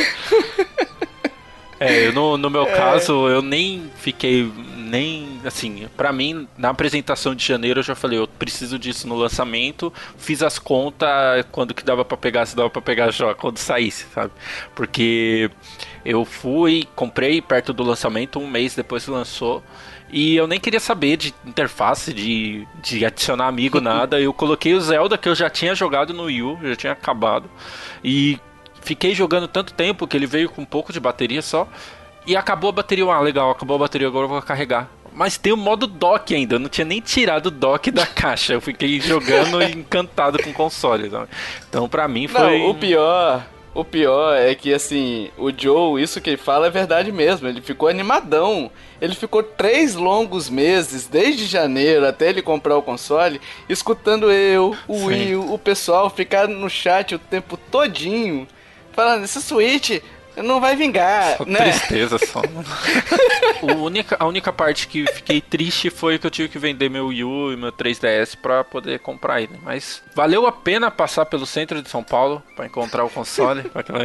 No meu caso, eu nem fiquei... Nem, assim, pra mim, na apresentação de janeiro eu já falei, eu preciso disso no lançamento, fiz as contas, quando que dava pra pegar, se dava pra pegar já, quando saísse, sabe? Porque eu comprei perto do lançamento, um mês depois que lançou, e eu nem queria saber de interface, de adicionar amigo, nada, eu coloquei o Zelda, que eu já tinha jogado no Wii U, já tinha acabado, e fiquei jogando tanto tempo que ele veio com um pouco de bateria só, e acabou a bateria, legal, acabou a bateria, agora eu vou carregar. mas tem o modo dock ainda. Eu não tinha nem tirado o dock da caixa. Eu fiquei jogando encantado com o console, sabe? Então pra mim foi... Não, o pior é que, assim, o Joe, isso que ele fala é verdade mesmo. Ele ficou animadão. Ele ficou 3 longos meses, desde janeiro até ele comprar o console, escutando o Will, o pessoal ficar no chat o tempo todinho, falando, esse Switch não vai vingar, só né? Tristeza só. A única parte que fiquei triste foi que eu tive que vender meu Wii U e meu 3DS pra poder comprar ele. Mas valeu a pena passar pelo centro de São Paulo pra encontrar o console.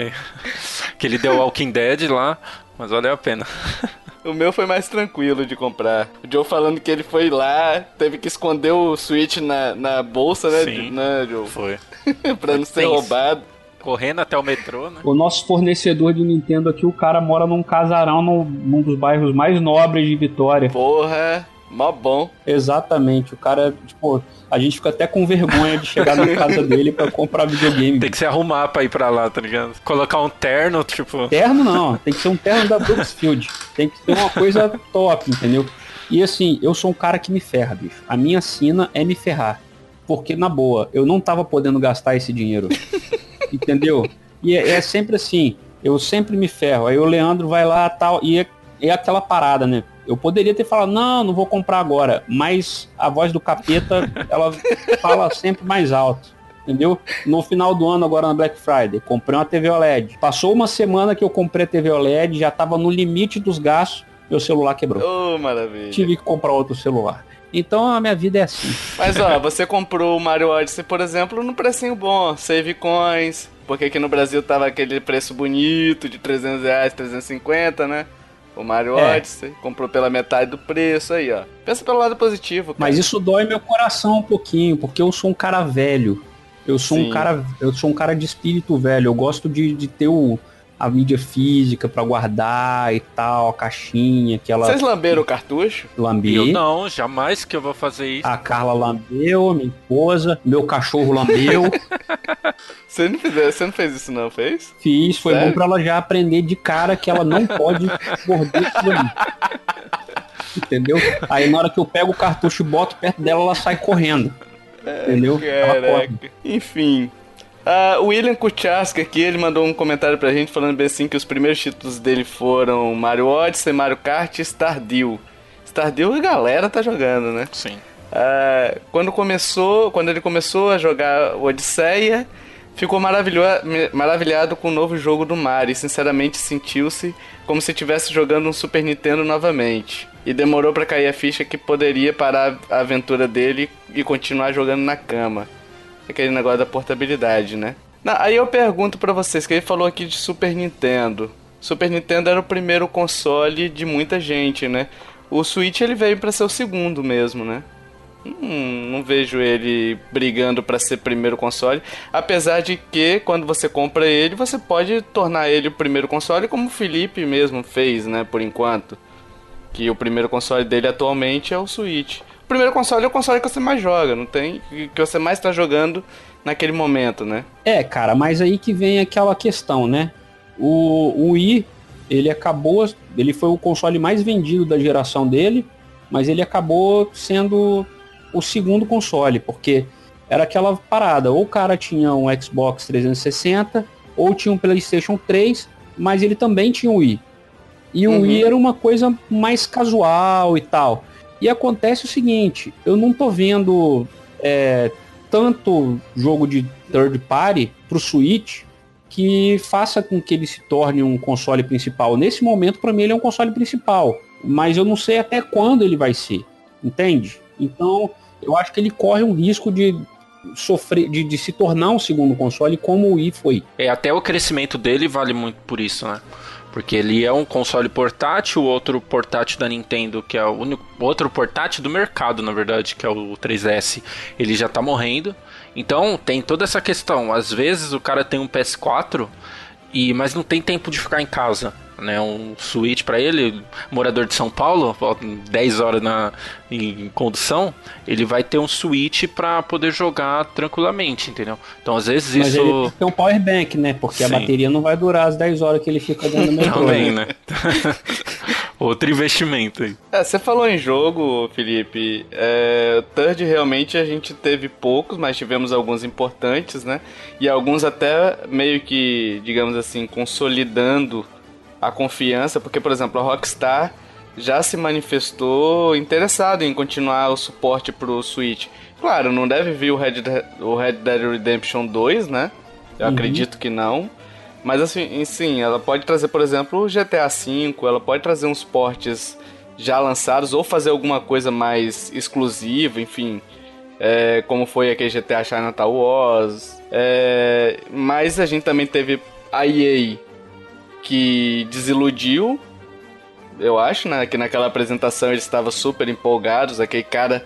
Aquele The Walking Dead lá. Mas valeu a pena. O meu foi mais tranquilo de comprar. O Joe falando que ele foi lá, teve que esconder o Switch na bolsa, né? Sim, né, Joe? foi. Pra não ser roubado. Correndo até o metrô, né? O nosso fornecedor de Nintendo aqui, o cara mora num casarão num dos bairros mais nobres de Vitória. Porra, mó bom. Exatamente, o cara, tipo, a gente fica até com vergonha de chegar na casa dele pra comprar videogame. Tem que se arrumar pra ir pra lá, tá ligado? Colocar um terno, tipo... Terno não, tem que ser um terno da Brooksfield. Tem que ser uma coisa top, entendeu? E assim, eu sou um cara que me ferra, bicho. A minha sina é me ferrar. Porque, na boa, eu não tava podendo gastar esse dinheiro. Entendeu? E é sempre assim, eu sempre me ferro. Aí o Leandro vai lá tal, e é aquela parada, né? Eu poderia ter falado, não vou comprar agora. Mas a voz do capeta, ela fala sempre mais alto. Entendeu? No final do ano, agora na Black Friday, comprei uma TV OLED. Passou uma semana que eu comprei a TV OLED, já tava no limite dos gastos, meu celular quebrou. Oh, maravilha. Tive que comprar outro celular. Então a minha vida é assim. Mas ó, você comprou o Mario Odyssey, por exemplo, num precinho bom, Save Coins, porque aqui no Brasil tava aquele preço bonito de R$300, 350, né? O Mario Odyssey, comprou pela metade do preço, aí ó. Pensa pelo lado positivo, cara. Mas isso dói meu coração um pouquinho, porque eu sou um cara velho. Eu sou um cara de espírito velho. Eu gosto de ter a mídia física pra guardar e tal, a caixinha, aquela... Vocês lamberam o cartucho? Lambi. Eu não, jamais que eu vou fazer isso. A Carla lambeu, minha esposa, meu cachorro lambeu. Você não fez isso não, fez? Fiz, foi Sério? bom pra ela já aprender de cara que ela não pode morder aquilo ali. Entendeu? Aí na hora que eu pego o cartucho e boto perto dela, ela sai correndo. Entendeu? Ela corre. Caraca. Enfim... o William Kuchaska aqui, ele mandou um comentário pra gente falando bem assim que os primeiros títulos dele foram Mario Odyssey, Mario Kart e Stardew. Stardew a galera tá jogando, né? Sim. Quando ele começou a jogar o Odisseia, ficou maravilhado com o novo jogo do Mario e sinceramente sentiu-se como se estivesse jogando um Super Nintendo novamente. E demorou pra cair a ficha que poderia parar a aventura dele e continuar jogando na cama. Aquele negócio da portabilidade, né? Aí eu pergunto pra vocês, que ele falou aqui de Super Nintendo. Super Nintendo era o primeiro console de muita gente, né? O Switch ele veio pra ser o segundo mesmo, né? Não vejo ele brigando pra ser primeiro console. Apesar de que, quando você compra ele, você pode tornar ele o primeiro console, como o Felipe mesmo fez, né? Por enquanto. Que o primeiro console dele atualmente é o Switch. O primeiro console é o console que você mais joga, não tem? Que você mais tá jogando naquele momento, né? Cara, mas aí que vem aquela questão, né? O Wii, ele foi o console mais vendido da geração dele, mas ele acabou sendo o segundo console, porque era aquela parada, ou o cara tinha um Xbox 360, ou tinha um PlayStation 3, mas ele também tinha o Wii. E o Wii era uma coisa mais casual e tal. E acontece o seguinte, eu não tô vendo tanto jogo de third party pro Switch que faça com que ele se torne um console principal. Nesse momento, para mim, ele é um console principal. Mas eu não sei até quando ele vai ser. Entende? Então, eu acho que ele corre um risco de sofrer, de se tornar um segundo console como o Wii foi. Até o crescimento dele vale muito por isso, né? Porque ele é um console portátil, o outro portátil da Nintendo, que é o único outro portátil do mercado, na verdade, que é o 3DS, ele já tá morrendo. Então tem toda essa questão. Às vezes o cara tem um PS4, mas não tem tempo de ficar em casa, né? Um Switch pra ele, morador de São Paulo, 10 horas em condução, ele vai ter um Switch pra poder jogar tranquilamente, entendeu? Então às vezes mas isso... ele tem que ter um power bank, né? Porque a bateria não vai durar as 10 horas que ele fica dentro do metrô. Também, né? Outro investimento aí. Você falou em jogo, Felipe. Third realmente a gente teve poucos, mas tivemos alguns importantes, né? E alguns até meio que, digamos assim, consolidando a confiança, porque, por exemplo, a Rockstar já se manifestou interessado em continuar o suporte pro Switch. Claro, não deve vir o Red Dead Redemption 2, né? Eu acredito que não. Mas assim, sim, ela pode trazer, por exemplo, o GTA V, ela pode trazer uns portes já lançados, ou fazer alguma coisa mais exclusiva, enfim, como foi aquele GTA Chinatown Wars. Mas a gente também teve a EA, que desiludiu, eu acho, né, que naquela apresentação eles estavam super empolgados, aquele cara,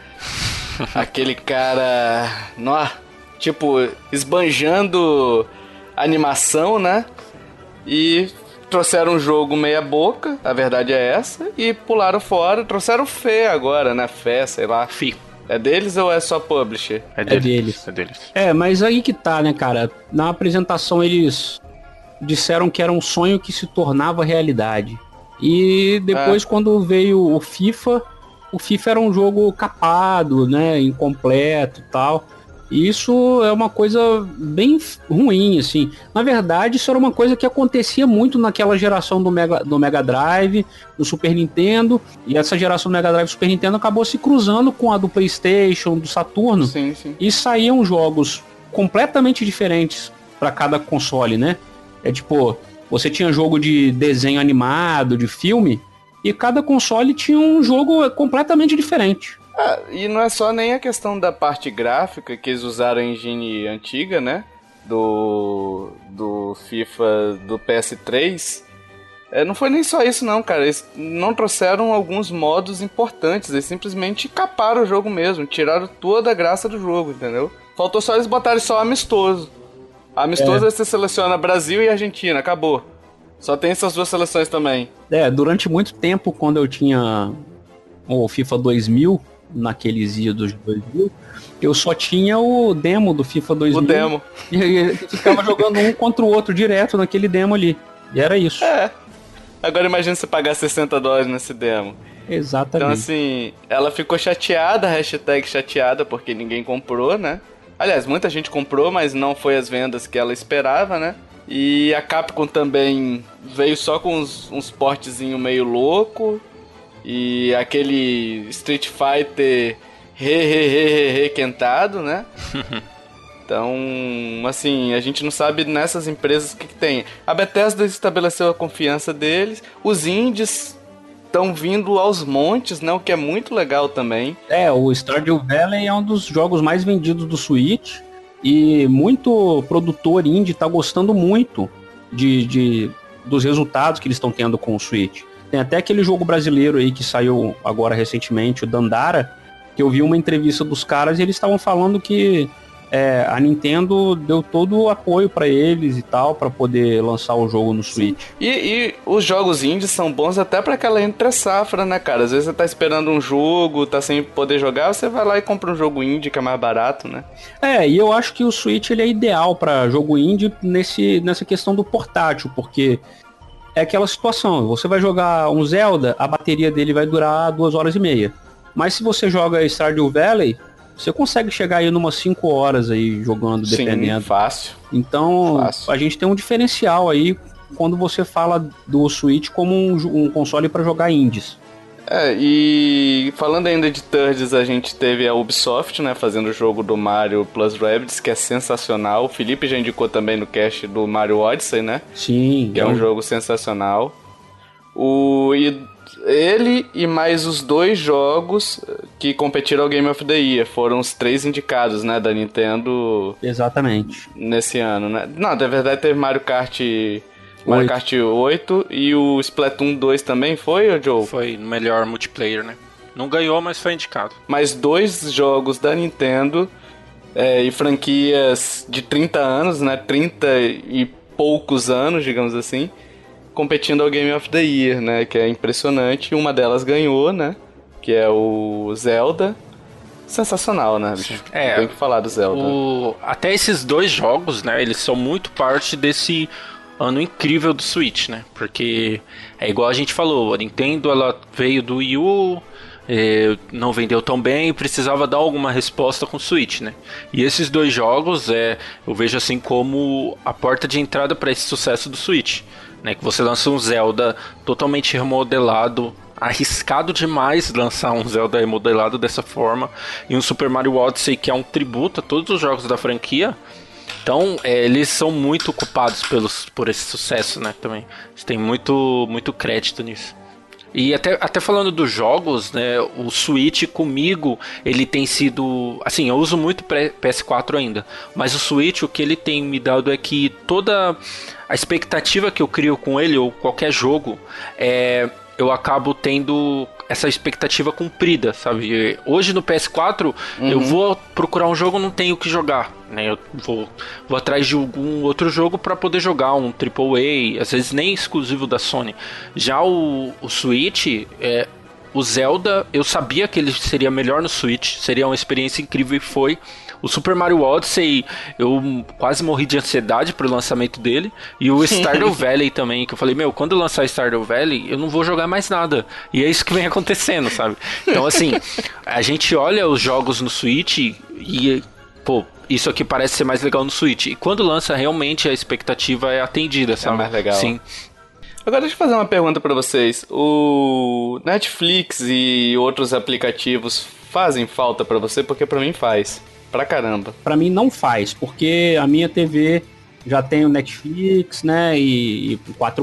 tipo, esbanjando animação, né? E trouxeram um jogo meia boca, a verdade é essa, e pularam fora, trouxeram o Fê agora, né? Fé, sei lá. Fi. É deles ou é só publisher? É deles. Mas aí que tá, né, cara? Na apresentação eles disseram que era um sonho que se tornava realidade. E depois, quando veio o FIFA era um jogo capado, né? Incompleto e tal. E isso é uma coisa bem ruim, assim. Na verdade, isso era uma coisa que acontecia muito naquela geração do Mega Drive, do Super Nintendo. E essa geração do Mega Drive e Super Nintendo acabou se cruzando com a do PlayStation, do Saturno. Sim, sim. E saíam jogos completamente diferentes para cada console, né? Tipo, você tinha jogo de desenho animado, de filme, e cada console tinha um jogo completamente diferente. E não é só nem a questão da parte gráfica, que eles usaram a engine antiga, né? Do FIFA do PS3. Não foi nem só isso não, cara. Eles não trouxeram alguns modos importantes. Eles simplesmente caparam o jogo mesmo. Tiraram toda a graça do jogo, entendeu? Faltou só eles botarem só amistoso. Amistoso você seleciona Brasil e Argentina, acabou. Só tem essas duas seleções também. Durante muito tempo, quando eu tinha o FIFA 2000... naqueles idos de 2000, eu só tinha o demo do FIFA 2000. O demo. E ficava jogando um contra o outro direto naquele demo ali. E era isso. Agora imagina você pagar $60 nesse demo. Exatamente. Então assim, ela ficou chateada, hashtag chateada, porque ninguém comprou, né? Aliás, muita gente comprou, mas não foi as vendas que ela esperava, né? E a Capcom também veio só com uns portezinho meio louco. E aquele Street Fighter requentado, né? Então, assim, a gente não sabe nessas empresas o que tem. A Bethesda estabeleceu a confiança deles. Os indies estão vindo aos montes, né? O que é muito legal também. O Stardew Valley é um dos jogos mais vendidos do Switch. E muito produtor indie tá gostando muito dos resultados que eles estão tendo com o Switch. Tem até aquele jogo brasileiro aí que saiu agora recentemente, o Dandara, que eu vi uma entrevista dos caras e eles estavam falando que a Nintendo deu todo o apoio pra eles e tal, pra poder lançar o jogo no Switch. E os jogos indies são bons até pra aquela entre-safra, né, cara? Às vezes você tá esperando um jogo, tá sem poder jogar, você vai lá e compra um jogo indie que é mais barato, né? E eu acho que o Switch ele é ideal pra jogo indie nessa questão do portátil, porque... é aquela situação, você vai jogar um Zelda, a bateria dele vai durar 2h30. Mas se você joga Stardew Valley, você consegue chegar aí numas 5 horas aí jogando, dependendo. Sim, fácil. Então, a gente tem um diferencial aí quando você fala do Switch como um console para jogar indies. E falando ainda de thirds, a gente teve a Ubisoft, né, fazendo o jogo do Mario Plus Rabbids, que é sensacional. O Felipe já indicou também no cast do Mario Odyssey, né? Sim. Que é um jogo sensacional. Ele e mais os 2 jogos que competiram ao Game of the Year. Foram os 3 indicados, né, da Nintendo. Exatamente. Nesse ano, né? Não, na verdade teve Mario Kart 8 e o Splatoon 2 também foi, Joe? Foi no melhor multiplayer, né? Não ganhou, mas foi indicado. Mais 2 jogos da Nintendo e franquias de 30 anos, né? 30 e poucos anos, digamos assim, competindo ao Game of the Year, né? Que é impressionante. Uma delas ganhou, né? Que é o Zelda. Sensacional, né, bicho? Tem que falar do Zelda. Até esses 2 jogos, né? Eles são muito parte desse ano incrível do Switch, né? Porque é igual a gente falou, a Nintendo ela veio do Wii U, não vendeu tão bem, precisava dar alguma resposta com o Switch, né? E esses dois jogos eu vejo assim como a porta de entrada para esse sucesso do Switch, né? Que você lança um Zelda totalmente remodelado, arriscado demais lançar um Zelda remodelado dessa forma, e um Super Mario Odyssey que é um tributo a todos os jogos da franquia. Então, eles são muito culpados por esse sucesso, né, também. Eles têm muito crédito nisso. E até falando dos jogos, né, o Switch comigo, ele tem sido... Assim, eu uso muito PS4 ainda, mas o Switch, o que ele tem me dado é que toda a expectativa que eu crio com ele, ou qualquer jogo, eu acabo tendo essa expectativa cumprida, sabe? Hoje no PS4, eu vou procurar um jogo, não tenho o que jogar, né? Eu vou atrás de algum outro jogo para poder jogar, um AAA, às vezes nem exclusivo da Sony. Já o Switch, o Zelda, eu sabia que ele seria melhor no Switch, seria uma experiência incrível e foi. O Super Mario Odyssey, eu quase morri de ansiedade pro lançamento dele. E o Stardew Valley também, que eu falei, quando eu lançar Stardew Valley, eu não vou jogar mais nada. E é isso que vem acontecendo, sabe? Então, assim, a gente olha os jogos no Switch e, isso aqui parece ser mais legal no Switch. E quando lança, realmente a expectativa é atendida, sabe? É mais legal. Sim. Agora deixa eu fazer uma pergunta pra vocês. O Netflix e outros aplicativos fazem falta pra você? Porque pra mim faz. Pra caramba. Pra mim não faz, porque a minha TV já tem o Netflix, né, e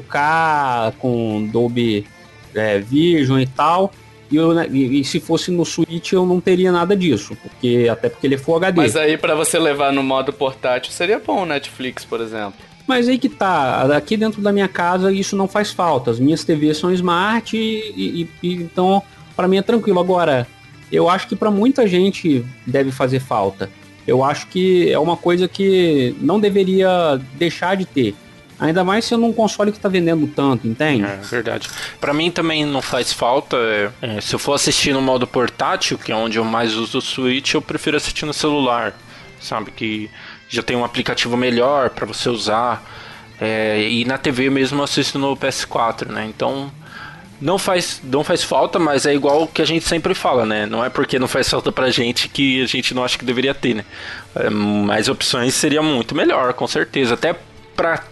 4K, com Dolby Vision e tal, e se fosse no Switch eu não teria nada disso, até porque ele é Full HD. Mas aí pra você levar no modo portátil seria bom o Netflix, por exemplo. Mas aí que tá, aqui dentro da minha casa isso não faz falta, as minhas TVs são smart e então pra mim é tranquilo. Agora, eu acho que para muita gente deve fazer falta. Eu acho que é uma coisa que não deveria deixar de ter. Ainda mais sendo um console que tá vendendo tanto, entende? É verdade. Pra mim também não faz falta. Se eu for assistir no modo portátil, que é onde eu mais uso o Switch, eu prefiro assistir no celular. Sabe? Que já tem um aplicativo melhor pra você usar. E na TV mesmo eu assisto no PS4, né? Então... Não faz falta, mas é igual o que a gente sempre fala, né? Não é porque não faz falta pra gente que a gente não acha que deveria ter, né? Mais opções seria muito melhor, com certeza. Até pra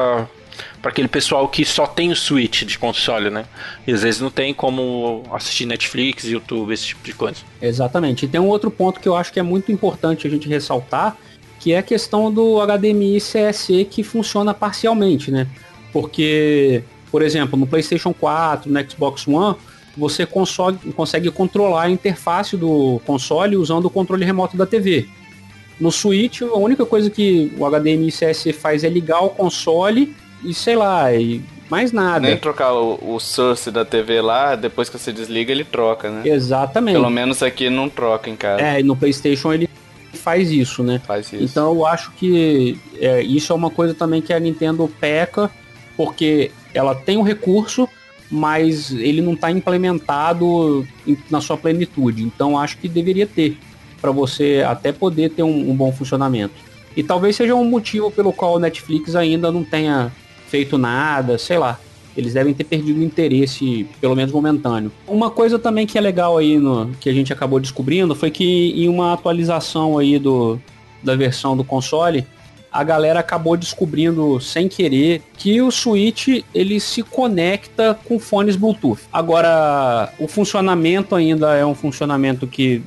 aquele pessoal que só tem o Switch de console, né? E às vezes não tem como assistir Netflix, YouTube, esse tipo de coisa. Exatamente. E tem um outro ponto que eu acho que é muito importante a gente ressaltar, que é a questão do HDMI CSE que funciona parcialmente, né? Porque... Por exemplo, no PlayStation 4, no Xbox One, você consegue controlar a interface do console usando o controle remoto da TV. No Switch, a única coisa que o HDMI CSE faz é ligar o console e sei lá, e mais nada. Nem trocar o source da TV lá, depois que você desliga, ele troca, né? Exatamente. Pelo menos aqui não troca em casa. E no PlayStation ele faz isso, né? Faz isso. Então eu acho que isso é uma coisa também que a Nintendo peca, porque ela tem um recurso, mas ele não está implementado na sua plenitude. Então acho que deveria ter, para você até poder ter um bom funcionamento. E talvez seja um motivo pelo qual o Netflix ainda não tenha feito nada, sei lá. Eles devem ter perdido o interesse, pelo menos momentâneo. Uma coisa também que é legal aí, que a gente acabou descobrindo, foi que em uma atualização aí da versão do console, a galera acabou descobrindo, sem querer, que o Switch ele se conecta com fones Bluetooth. Agora, o funcionamento ainda é um funcionamento que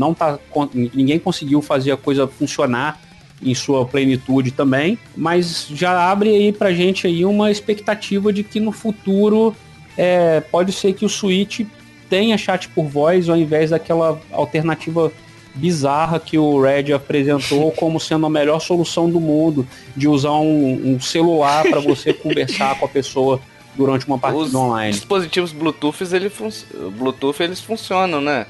ninguém conseguiu fazer a coisa funcionar em sua plenitude também, mas já abre aí pra gente aí uma expectativa de que no futuro pode ser que o Switch tenha chat por voz ao invés daquela alternativa bizarra que o Red apresentou como sendo a melhor solução do mundo, de usar um celular para você conversar com a pessoa durante uma partida online. Os dispositivos Bluetooth, eles funcionam, né?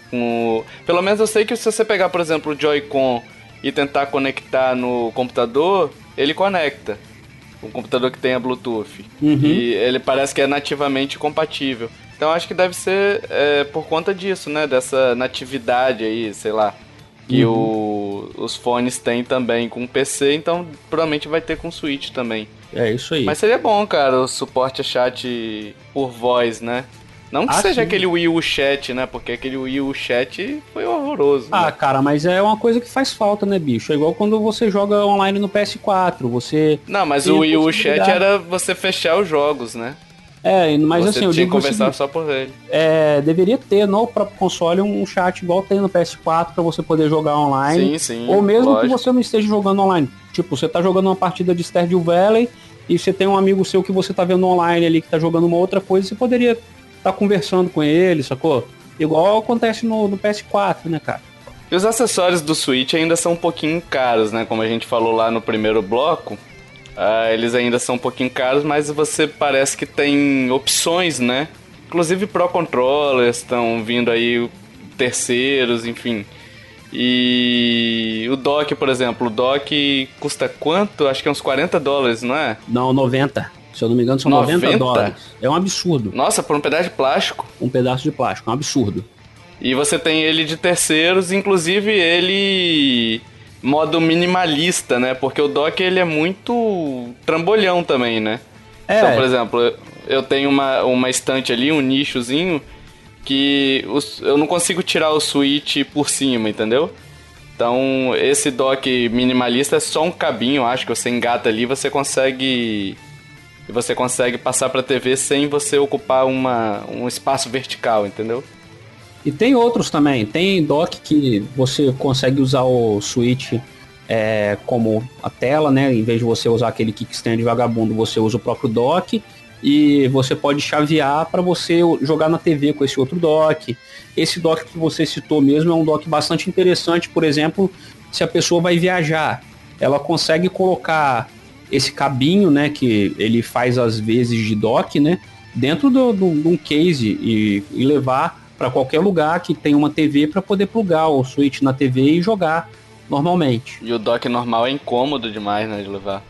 Pelo menos eu sei que se você pegar, por exemplo, o Joy-Con e tentar conectar no computador, ele conecta. Um computador que tenha Bluetooth. E ele parece que é nativamente compatível. Então acho que deve ser por conta disso, né? Dessa natividade aí, sei lá, que os fones têm também com PC, então provavelmente vai ter com Switch também. É isso aí. Mas seria bom, cara, o suporte a chat por voz, né? Não que seja sim. aquele Wii U Chat, né? Porque aquele Wii U Chat foi horroroso. né? Cara, mas é uma coisa que faz falta, né, bicho? É igual quando você joga online no PS4, você... Não, mas tem o a Wii U Chat possibilidade. era você fechar os jogos, né? Mas você assim, eu tinha digo que o conversar seguinte, só por ele. deveria ter no próprio console um chat igual tem no PS4 pra você poder jogar online. Sim, Ou mesmo lógico. que você não esteja jogando online. Tipo, você tá jogando uma partida de Stardew Valley e você tem um amigo seu que você tá vendo online ali que tá jogando uma outra coisa, você poderia estar conversando com ele, sacou? Igual acontece no PS4, né, cara? E os acessórios do Switch ainda são um pouquinho caros, né? Como a gente falou lá no primeiro bloco. Eles ainda são um pouquinho caros, mas você parece que tem opções, né? Inclusive Pro Controllers estão vindo aí terceiros, enfim. E o dock, por exemplo, o dock custa quanto? Acho que é uns $40, não é? Não, 90. Se eu não me engano, são 90 dólares. É um absurdo. Nossa, por um pedaço de plástico. Um pedaço de plástico, é um absurdo. E você tem ele de terceiros, inclusive ele modo minimalista, né? Porque o dock ele é muito trambolhão também, né? Então, por exemplo, eu tenho uma estante ali, um nichozinho, que eu não consigo tirar o Switch por cima, entendeu? Então, esse dock minimalista é só um cabinho, acho que você engata ali, você consegue passar pra TV sem você ocupar um espaço vertical, entendeu? E tem outros também. Tem dock que você consegue usar o Switch como a tela, né? Em vez de você usar aquele kickstand vagabundo, você usa o próprio dock. E você pode chavear para você jogar na TV com esse outro dock. Esse dock que você citou mesmo é um dock bastante interessante. Por exemplo, se a pessoa vai viajar, ela consegue colocar esse cabinho, né? Que ele faz às vezes de dock, né? Dentro de um case e levar para qualquer lugar que tenha uma TV para poder plugar o Switch na TV e jogar normalmente. E o dock normal é incômodo demais, né, de levar.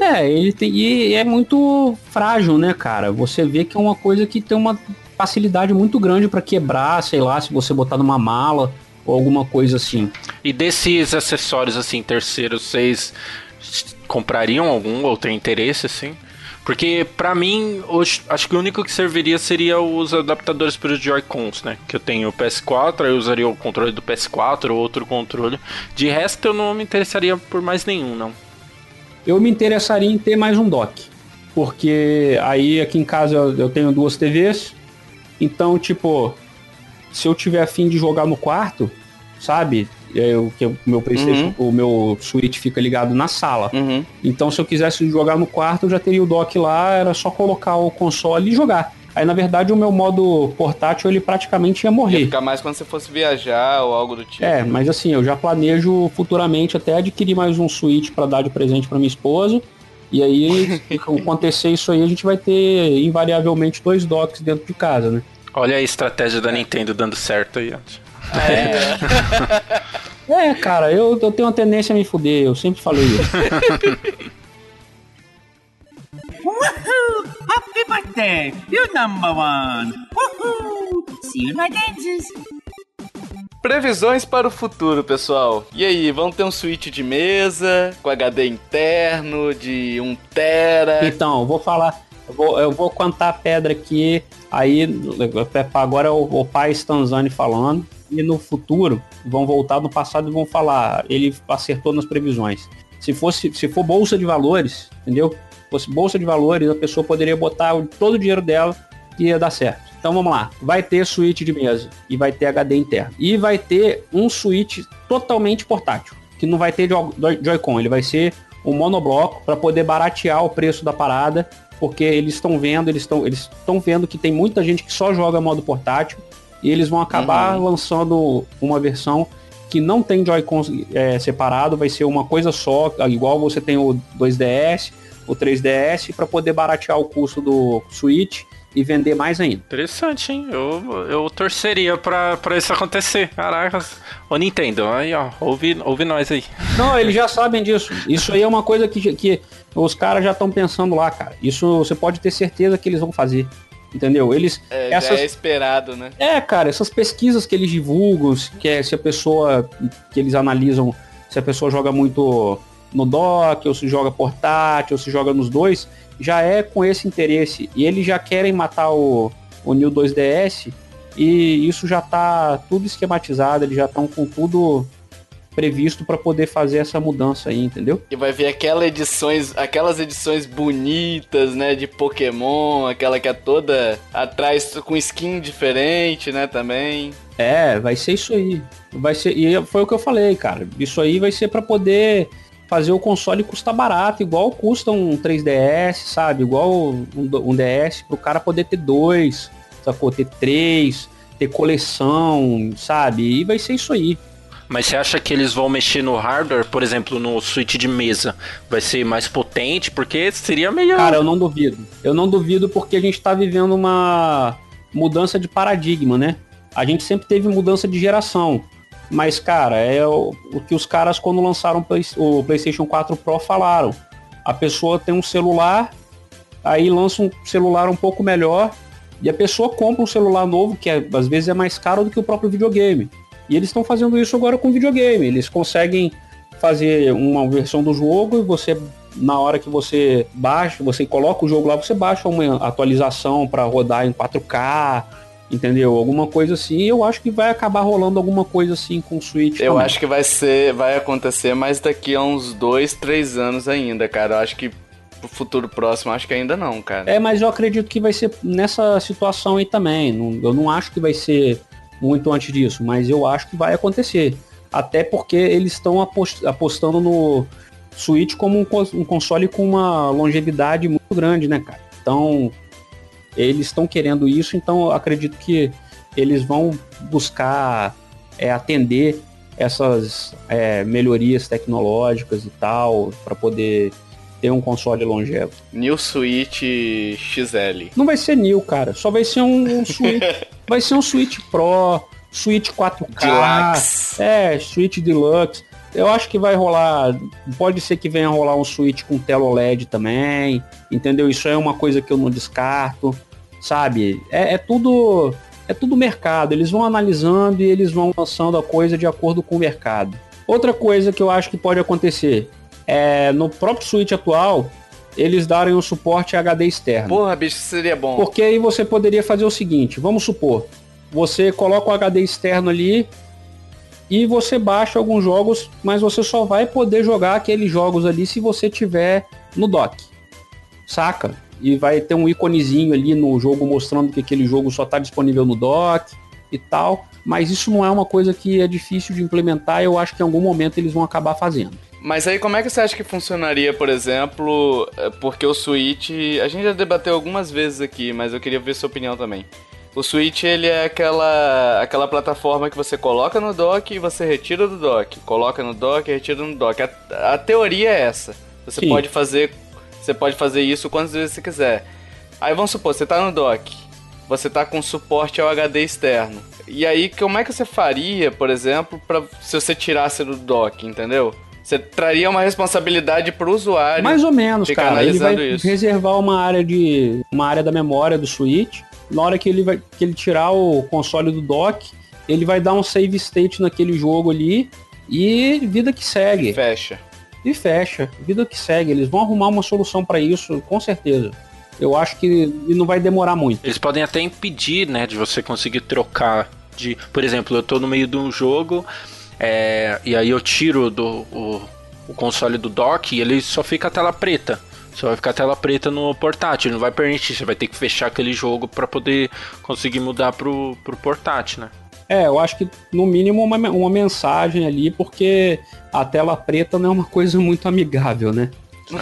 E é muito frágil, né, cara? Você vê que é uma coisa que tem uma facilidade muito grande para quebrar, sei lá, se você botar numa mala ou alguma coisa assim. E desses acessórios, assim, terceiros, vocês comprariam algum ou tem interesse, assim? Porque, pra mim, hoje, acho que o único que serviria seria os adaptadores para os Joy-Cons, né? Que eu tenho o PS4, aí eu usaria o controle do PS4 ou outro controle. De resto, eu não me interessaria por mais nenhum, não. Eu me interessaria em ter mais um dock. Porque aí aqui em casa eu tenho 2 TVs. Então, tipo, se eu tiver afim de jogar no quarto, sabe? O meu PlayStation, o meu Switch fica ligado na sala. Então, se eu quisesse jogar no quarto, eu já teria o dock lá, era só colocar o console e jogar. Aí, na verdade, o meu modo portátil, ele praticamente ia morrer. Ia ficar mais quando você fosse viajar ou algo do tipo. Mas assim, eu já planejo futuramente até adquirir mais um Switch para dar de presente para minha esposa. E aí, se acontecer isso aí, a gente vai ter invariavelmente 2 docks dentro de casa, né? Olha a estratégia da Nintendo dando certo aí. Cara, eu tenho uma tendência a me fuder, eu sempre falei isso. Woohoo! Happy birthday! You number one! Woohoo! See you in my dances! Previsões para o futuro, pessoal. E aí, vão ter um Switch de mesa, com HD interno, de 1 tera? Então, eu vou contar a pedra aqui, aí agora é o pai Stanzani falando, e no futuro vão voltar no passado e vão falar, ele acertou nas previsões. Se for bolsa de valores, entendeu? Se fosse bolsa de valores, a pessoa poderia botar todo o dinheiro dela e ia dar certo. Então vamos lá, vai ter Switch de mesa e vai ter HD interno. E vai ter um Switch totalmente portátil, que não vai ter Joy-Con, ele vai ser um monobloco para poder baratear o preço da parada, porque eles estão vendo que tem muita gente que só joga modo portátil e eles vão acabar lançando uma versão que não tem Joy-Con separado, vai ser uma coisa só, igual você tem o 2DS, o 3DS, para poder baratear o custo do Switch e vender mais ainda. Interessante, hein? Eu torceria pra isso acontecer. Caracas. Ô Nintendo, aí ó, ouve nós aí. Não, eles já sabem disso. Isso aí é uma coisa que os caras já estão pensando lá, cara. Isso você pode ter certeza que eles vão fazer. entendeu? Eles... Já é esperado, né? Cara, essas pesquisas que eles divulgam, se a pessoa, que eles analisam, se a pessoa joga muito no dock, ou se joga portátil, ou se joga nos dois, já é com esse interesse. E eles já querem matar o New 2DS, e isso já tá tudo esquematizado, eles já estão com tudo previsto para poder fazer essa mudança aí, entendeu? E vai ver aquelas edições bonitas, né, de Pokémon, aquela que é toda atrás com skin diferente, né, também. Vai ser isso aí. E foi o que eu falei, cara. Isso aí vai ser para poder fazer o console custar barato, igual custa um 3DS, sabe? Igual um DS, pro cara poder ter 2, sacou? Ter 3, ter coleção, sabe? E vai ser isso aí. Mas você acha que eles vão mexer no hardware, por exemplo, no Switch de mesa? Vai ser mais potente? Porque seria melhor. Cara, eu não duvido. Eu não duvido porque a gente tá vivendo uma mudança de paradigma, né? A gente sempre teve mudança de geração. Mas, cara, é o que os caras, quando lançaram o PlayStation 4 Pro, falaram. A pessoa tem um celular, aí lança um celular um pouco melhor, e a pessoa compra um celular novo, que às vezes é mais caro do que o próprio videogame. E eles estão fazendo isso agora com videogame. Eles conseguem fazer uma versão do jogo e você, na hora que você baixa, você coloca o jogo lá, você baixa uma atualização para rodar em 4K, entendeu? Alguma coisa assim. E eu acho que vai acabar rolando alguma coisa assim com o Switch Eu também. acho que vai acontecer, mas daqui a uns 2, 3 anos ainda, cara. Eu acho que pro futuro próximo, acho que ainda não, cara. Mas eu acredito que vai ser nessa situação aí também. Eu não acho que vai ser muito antes disso, mas eu acho que vai acontecer. Até porque eles estão apostando no Switch como um console com uma longevidade muito grande, né, cara? Então, eles estão querendo isso, então eu acredito que eles vão buscar atender essas melhorias tecnológicas e tal, para poder ter um console longevo. New Switch XL. Não vai ser New, cara. Só vai ser um Switch. Vai ser um Switch Pro, Switch 4K. Deluxe. Switch Deluxe. Eu acho que vai rolar. Pode ser que venha rolar um Switch com tela OLED também. Entendeu? Isso é uma coisa que eu não descarto. Sabe? É tudo mercado. Eles vão analisando e eles vão lançando a coisa de acordo com o mercado. Outra coisa que eu acho que pode acontecer no próprio Switch atual, eles darem um suporte HD externo. Porra, bicho, seria bom. Porque aí você poderia fazer o seguinte, vamos supor, você coloca o HD externo ali e você baixa alguns jogos, mas você só vai poder jogar aqueles jogos ali se você tiver no dock, saca? E vai ter um íconezinho ali no jogo mostrando que aquele jogo só está disponível no dock e tal, mas isso não é uma coisa que é difícil de implementar, eu acho que em algum momento eles vão acabar fazendo. Mas aí como é que você acha que funcionaria, por exemplo, porque o Switch, a gente já debateu algumas vezes aqui, mas eu queria ver sua opinião também. O Switch, ele é aquela plataforma que você coloca no dock e você retira do dock. Coloca no dock e retira no dock. A teoria é essa. Você pode fazer isso quantas vezes você quiser. Aí vamos supor, você tá no dock, você tá com suporte ao HD externo. E aí, como é que você faria, por exemplo, se você tirasse do dock, entendeu? Você traria uma responsabilidade pro usuário. Mais ou menos, cara. Ele vai isso. reservar uma área da memória do Switch. Na hora que ele tirar o console do dock, ele vai dar um save state naquele jogo ali e vida que segue. E fecha. Vida que segue. Eles vão arrumar uma solução para isso, com certeza. Eu acho que não vai demorar muito. Eles podem até impedir, né, de você conseguir trocar de... Por exemplo, eu tô no meio de um jogo... e aí eu tiro o console do dock e ele só fica a tela preta. Só vai ficar a tela preta no portátil. Ele não vai permitir, você vai ter que fechar aquele jogo para poder conseguir mudar pro portátil, né? Eu acho que no mínimo uma mensagem ali, porque a tela preta não é uma coisa muito amigável, né?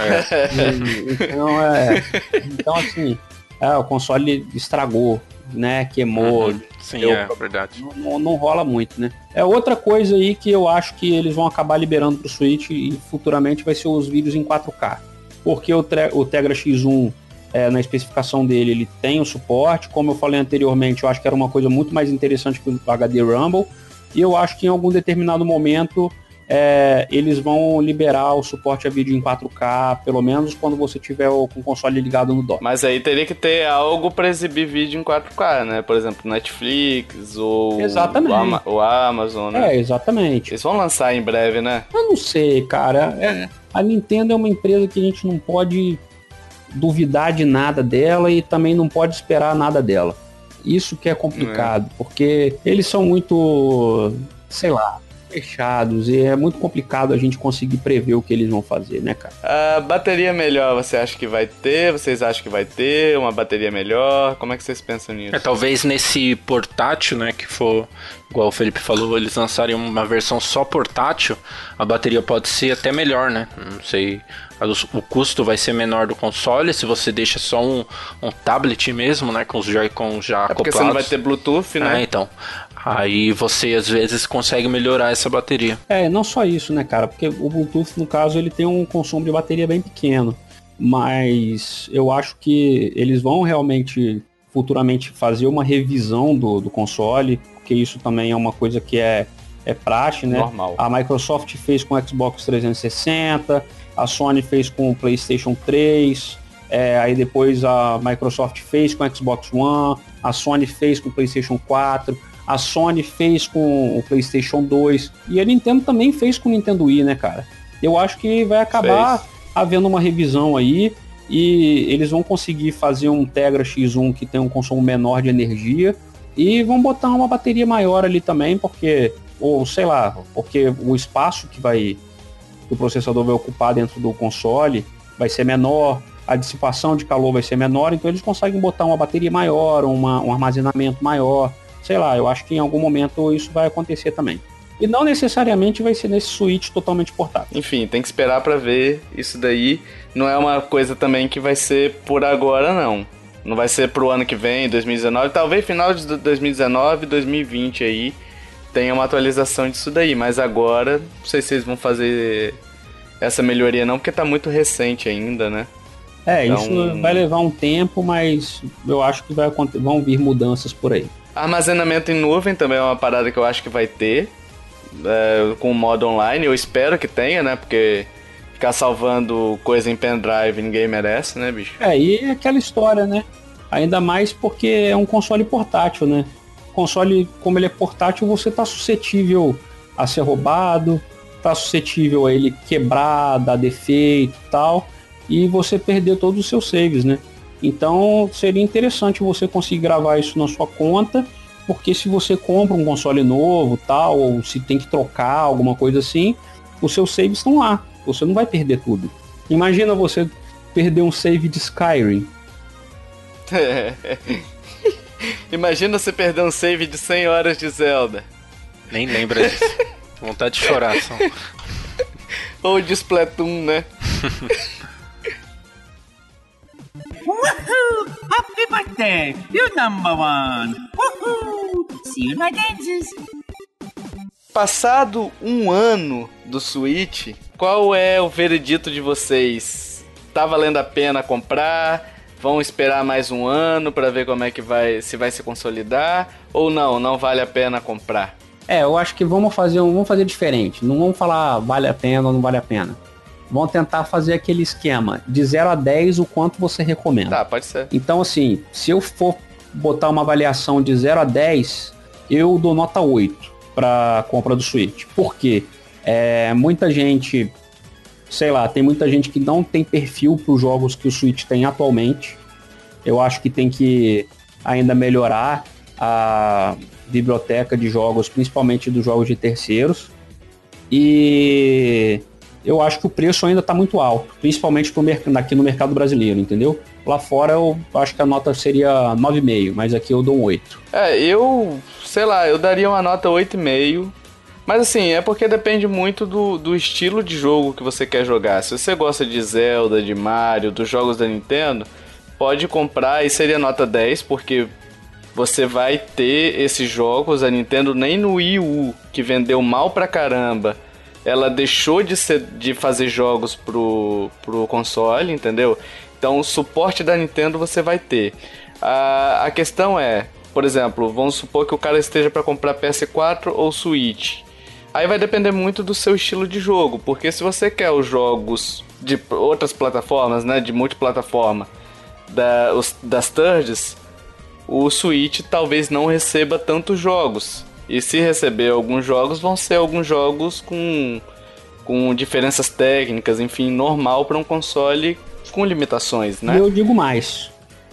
Então assim, o console estragou, né? Queimou. Sim, verdade. Não rola muito, né? Outra coisa aí que eu acho que eles vão acabar liberando pro Switch e futuramente vai ser os vídeos em 4K. Porque o Tegra X1, na especificação dele, ele tem o suporte. Como eu falei anteriormente, eu acho que era uma coisa muito mais interessante que o HD Rumble. E eu acho que em algum determinado momento eles vão liberar o suporte a vídeo em 4K, pelo menos quando você tiver com o console ligado no dock. Mas aí teria que ter algo pra exibir vídeo em 4K, né? Por exemplo, Netflix ou Exatamente. o Amazon, né? Exatamente. Eles vão lançar em breve, né? Eu não sei, cara. A Nintendo é uma empresa que a gente não pode duvidar de nada dela e também não pode esperar nada dela. Isso que é complicado, porque eles são muito, sei lá, fechados e é muito complicado a gente conseguir prever o que eles vão fazer, né, cara? A bateria melhor, você acha que vai ter? Vocês acham que vai ter uma bateria melhor? Como é que vocês pensam nisso? Talvez nesse portátil, né, que for, igual o Felipe falou, eles lançarem uma versão só portátil, a bateria pode ser até melhor, né? Não sei, o custo vai ser menor do console, se você deixa só um tablet mesmo, né, com os Joy-Con já acoplados. Porque você não vai ter Bluetooth, né? Então. Aí você, às vezes, consegue melhorar essa bateria. Não só isso, né, cara? Porque o Bluetooth, no caso, ele tem um consumo de bateria bem pequeno. Mas eu acho que eles vão realmente, futuramente, fazer uma revisão do console, porque isso também é uma coisa que é praxe, né? Normal. A Microsoft fez com o Xbox 360, a Sony fez com o PlayStation 3, aí depois a Microsoft fez com o Xbox One, a Sony fez com o PlayStation 4... A Sony fez com o PlayStation 2 e a Nintendo também fez com o Nintendo Wii, né, cara? Eu acho que vai acabar havendo uma revisão aí e eles vão conseguir fazer um Tegra X1 que tem um consumo menor de energia e vão botar uma bateria maior ali também, porque o espaço que o processador vai ocupar dentro do console vai ser menor, a dissipação de calor vai ser menor, então eles conseguem botar uma bateria maior, um armazenamento maior. Sei lá, eu acho que em algum momento isso vai acontecer também. E não necessariamente vai ser nesse Switch totalmente portátil. Enfim, tem que esperar pra ver isso daí. Não é uma coisa também que vai ser por agora, não. Não vai ser pro ano que vem, 2019. Talvez final de 2019, 2020 aí tenha uma atualização disso daí. Mas agora, não sei se vocês vão fazer essa melhoria não, porque tá muito recente ainda, né? Então... Isso vai levar um tempo, mas eu acho que vão vir mudanças por aí. Armazenamento em nuvem também é uma parada que eu acho que vai ter, com o modo online. Eu espero que tenha, né? Porque ficar salvando coisa em pendrive ninguém merece, né, bicho? E é aquela história, né? Ainda mais porque é um console portátil, né? Console, como ele é portátil, você tá suscetível a ser roubado, tá suscetível a ele quebrar, dar defeito e tal, e você perder todos os seus saves, né? Então seria interessante você conseguir gravar isso na sua conta, porque se você compra um console novo tal, ou se tem que trocar alguma coisa assim, os seus saves estão lá, você não vai perder tudo. Imagina você perder um save de Skyrim. Imagina você perder um save de 100 horas de Zelda. Nem lembra disso. Vontade de chorar só. Ou de Splatoon, né? Woohoo! Happy birthday! You number one! Woohoo! See you my dances! Passado um ano do Switch, qual é o veredito de vocês? Tá valendo a pena comprar? Vão esperar mais um ano pra ver como é que se vai se consolidar? Ou não vale a pena comprar? Eu acho que vamos fazer diferente. Não vamos falar vale a pena ou não vale a pena. Vamos tentar fazer aquele esquema de 0 a 10 o quanto você recomenda. Tá, pode ser. Então, assim, se eu for botar uma avaliação de 0 a 10, eu dou nota 8 para compra do Switch. Por quê? Muita gente, sei lá, tem muita gente que não tem perfil para os jogos que o Switch tem atualmente. Eu acho que tem que ainda melhorar a biblioteca de jogos, principalmente dos jogos de terceiros. E eu acho que o preço ainda está muito alto, principalmente aqui no mercado brasileiro, entendeu? Lá fora eu acho que a nota seria 9,5, mas aqui eu dou um 8. Eu daria uma nota 8,5. Mas assim, é porque depende muito do estilo de jogo que você quer jogar. Se você gosta de Zelda, de Mario, dos jogos da Nintendo, pode comprar e seria nota 10, porque você vai ter esses jogos. A Nintendo nem no Wii U, que vendeu mal pra caramba, ela deixou de fazer jogos pro console, entendeu? Então o suporte da Nintendo você vai ter. A questão é, por exemplo, vamos supor que o cara esteja para comprar PS4 ou Switch. Aí vai depender muito do seu estilo de jogo, porque se você quer os jogos de outras plataformas, né, de multiplataforma, das thirds, o Switch talvez não receba tantos jogos. E se receber alguns jogos, vão ser alguns jogos com diferenças técnicas, enfim, normal para um console com limitações, né? E eu digo mais.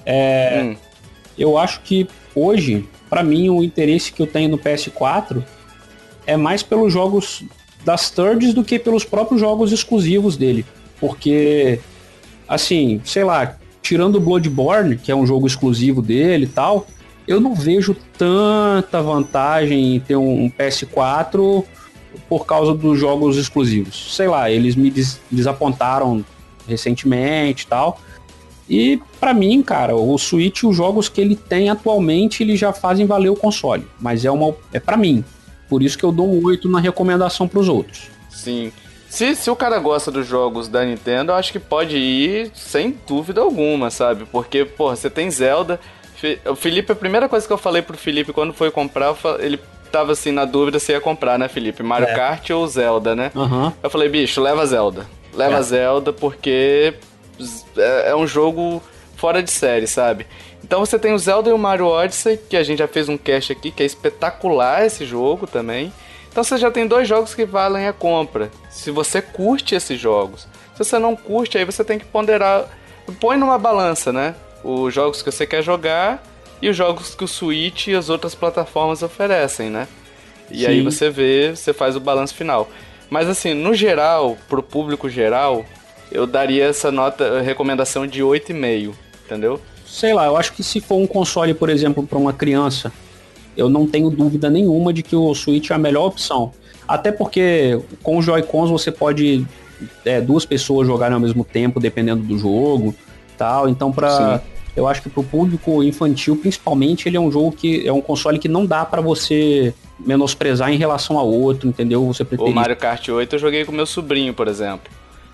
Eu acho que hoje, para mim, o interesse que eu tenho no PS4 é mais pelos jogos das thirds do que pelos próprios jogos exclusivos dele. Porque, assim, sei lá, tirando o Bloodborne, que é um jogo exclusivo dele e tal, eu não vejo tanta vantagem em ter um PS4 por causa dos jogos exclusivos. Sei lá, eles me desapontaram recentemente e tal. E pra mim, cara, o Switch, os jogos que ele tem atualmente, eles já fazem valer o console. Mas é pra mim. Por isso que eu dou um 8 na recomendação pros outros. Sim. Se o cara gosta dos jogos da Nintendo, eu acho que pode ir sem dúvida alguma, sabe? Porque, porra, você tem Zelda. O Felipe, a primeira coisa que eu falei pro Felipe quando foi comprar, ele tava assim na dúvida se ia comprar, né, Felipe? Mario Kart ou Zelda, né? Uhum. Eu falei, bicho, leva Zelda. Leva Zelda porque é um jogo fora de série, sabe? Então você tem o Zelda e o Mario Odyssey, que a gente já fez um cast aqui, que é espetacular esse jogo também. Então você já tem 2 jogos que valem a compra, se você curte esses jogos. Se você não curte, aí você tem que ponderar, põe numa balança, né? Os jogos que você quer jogar e os jogos que o Switch e as outras plataformas oferecem, né? E aí você faz o balanço final. Mas assim, no geral, pro público geral, eu daria essa recomendação de 8,5, entendeu? Sei lá, eu acho que se for um console, por exemplo, para uma criança, eu não tenho dúvida nenhuma de que o Switch é a melhor opção. Até porque com os Joy-Cons você pode 2 pessoas jogarem ao mesmo tempo, dependendo do jogo, tal. Então, eu acho que pro público infantil, principalmente, ele é um jogo que é um console que não dá pra você menosprezar em relação ao outro, entendeu? Você O Mario Kart 8 eu joguei com meu sobrinho, por exemplo.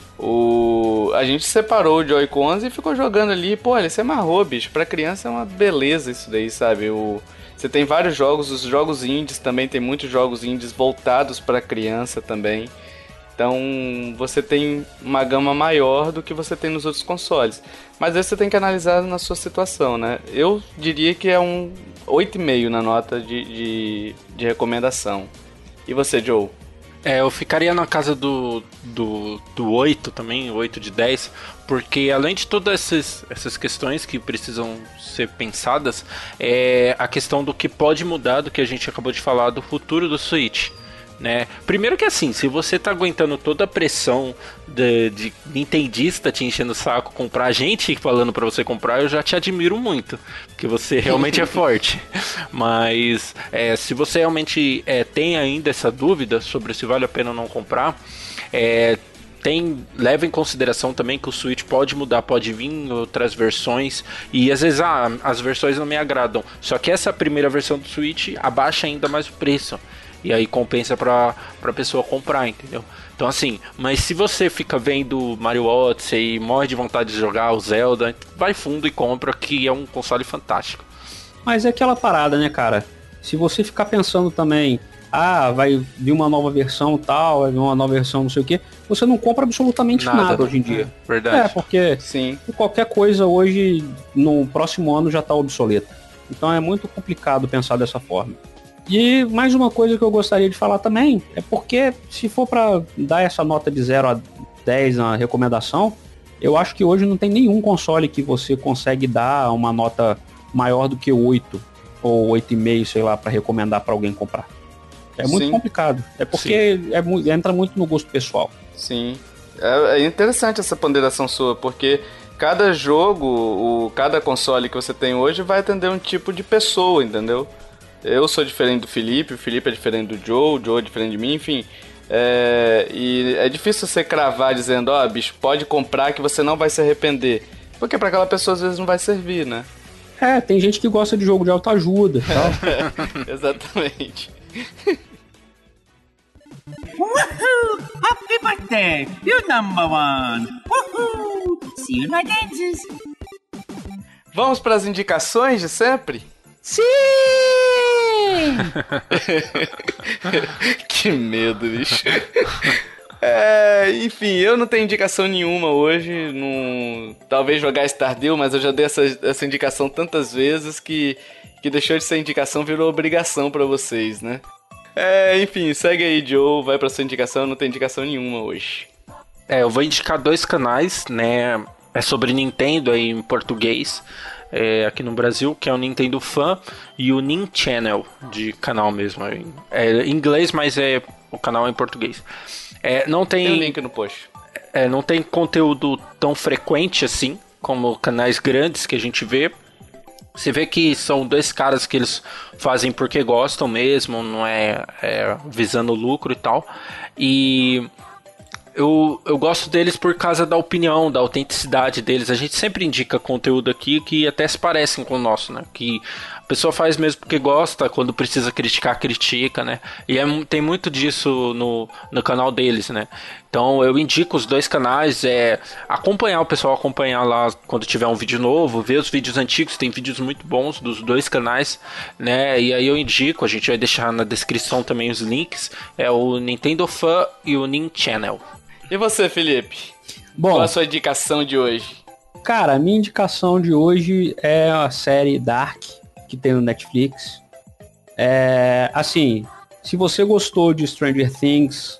A gente separou o Joy-Cons e ficou jogando ali. Pô, ele se amarrou, bicho. Pra criança é uma beleza isso daí, sabe? Você tem vários jogos, os jogos indies também, tem muitos jogos indies voltados pra criança também. Então você tem uma gama maior do que você tem nos outros consoles. Mas aí você tem que analisar na sua situação, né? Eu diria que é um 8,5 na nota de recomendação. E você, Joe? Eu ficaria na casa do 8 também, 8 de 10, porque além de todas essas questões que precisam ser pensadas, é a questão do que pode mudar, do que a gente acabou de falar, do futuro do Switch. Né? Primeiro que assim, se você tá aguentando toda a pressão de nintendista te enchendo o saco comprar, gente falando pra você comprar, eu já te admiro muito, porque você realmente é forte. Mas se você realmente tem ainda essa dúvida sobre se vale a pena ou não comprar, leva em consideração também que o Switch pode mudar, pode vir em outras versões, e às vezes as versões não me agradam, só que essa primeira versão do Switch abaixa ainda mais o preço. E aí compensa pra pessoa comprar, entendeu? Então assim, mas se você fica vendo Mario Odyssey e morre de vontade de jogar o Zelda, vai fundo e compra, que é um console fantástico. Mas é aquela parada, né, cara? Se você ficar pensando também, vai vir uma nova versão tal, vai vir uma nova versão não sei o que, você não compra absolutamente nada hoje em dia. Verdade. Porque qualquer coisa hoje, no próximo ano, já tá obsoleta. Então é muito complicado pensar dessa forma. E mais uma coisa que eu gostaria de falar também, é porque se for pra dar essa nota de 0 a 10 na recomendação, eu acho que hoje não tem nenhum console que você consegue dar uma nota maior do que 8 ou 8,5, sei lá, pra recomendar pra alguém comprar. É muito complicado. É porque entra muito no gosto pessoal. Sim. É interessante essa ponderação sua, porque cada jogo, cada console que você tem hoje vai atender um tipo de pessoa, entendeu? Eu sou diferente do Felipe, o Felipe é diferente do Joe, o Joe é diferente de mim, enfim. E é difícil você cravar dizendo, bicho, pode comprar que você não vai se arrepender. Porque pra aquela pessoa às vezes não vai servir, né? Tem gente que gosta de jogo de autoajuda e tal. Exatamente. Woohoo! Happy birthday! You're number one! Woohoo! See you in my dances! Vamos pras indicações de sempre? Sim! Que medo, bicho. Enfim, eu não tenho indicação nenhuma hoje. Talvez jogar Stardew, mas eu já dei essa indicação tantas vezes que deixou de ser indicação, virou obrigação pra vocês, né? Enfim, segue aí, Joe. Vai pra sua indicação, não tem indicação nenhuma hoje. Eu vou indicar 2 canais, né? É sobre Nintendo aí em português, aqui no Brasil, que é o Nintendo Fan e o Nin Channel, de canal mesmo. É em inglês, mas o canal é em português. Não tem um link no post. Não tem conteúdo tão frequente assim, como canais grandes que a gente vê. Você vê que são 2 caras que eles fazem porque gostam mesmo, não é visando lucro e tal. E eu gosto deles por causa da opinião, da autenticidade deles. A gente sempre indica conteúdo aqui que até se parecem com o nosso, né? Que a pessoa faz mesmo porque gosta, quando precisa criticar, critica, né? E tem muito disso no canal deles, né? Então eu indico os 2 canais, acompanhar o pessoal, acompanhar lá quando tiver um vídeo novo, ver os vídeos antigos, tem vídeos muito bons dos 2 canais, né? E aí eu indico, a gente vai deixar na descrição também os links, o Nintendo Fan e o Nin Channel. E você, Felipe? Bom, qual a sua indicação de hoje? Cara, a minha indicação de hoje é a série Dark, que tem no Netflix. Assim, se você gostou de Stranger Things,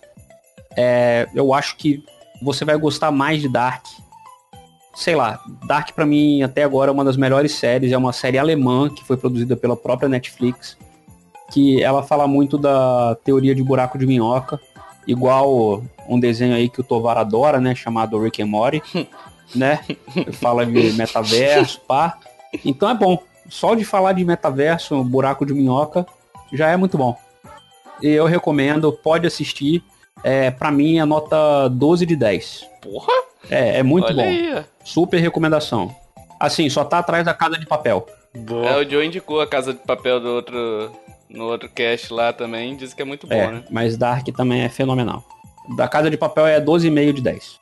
eu acho que você vai gostar mais de Dark. Sei lá, Dark pra mim até agora é uma das melhores séries. É uma série alemã que foi produzida pela própria Netflix, que ela fala muito da teoria de buraco de minhoca, igual um desenho aí que o Tovar adora, né, chamado Rick and Morty, né? Fala de metaverso, pá. Então é bom. Só de falar de metaverso, buraco de minhoca, já é muito bom. E eu recomendo, pode assistir. Pra mim é nota 12 de 10. Porra! É muito Olha bom. Aí. Super recomendação. Assim, só tá atrás da Casa de Papel. Boa. O Joe indicou a Casa de Papel no outro cast lá também, disse que é muito bom, né? Mas Dark também é fenomenal. Da Casa de Papel é 12,5 de 10.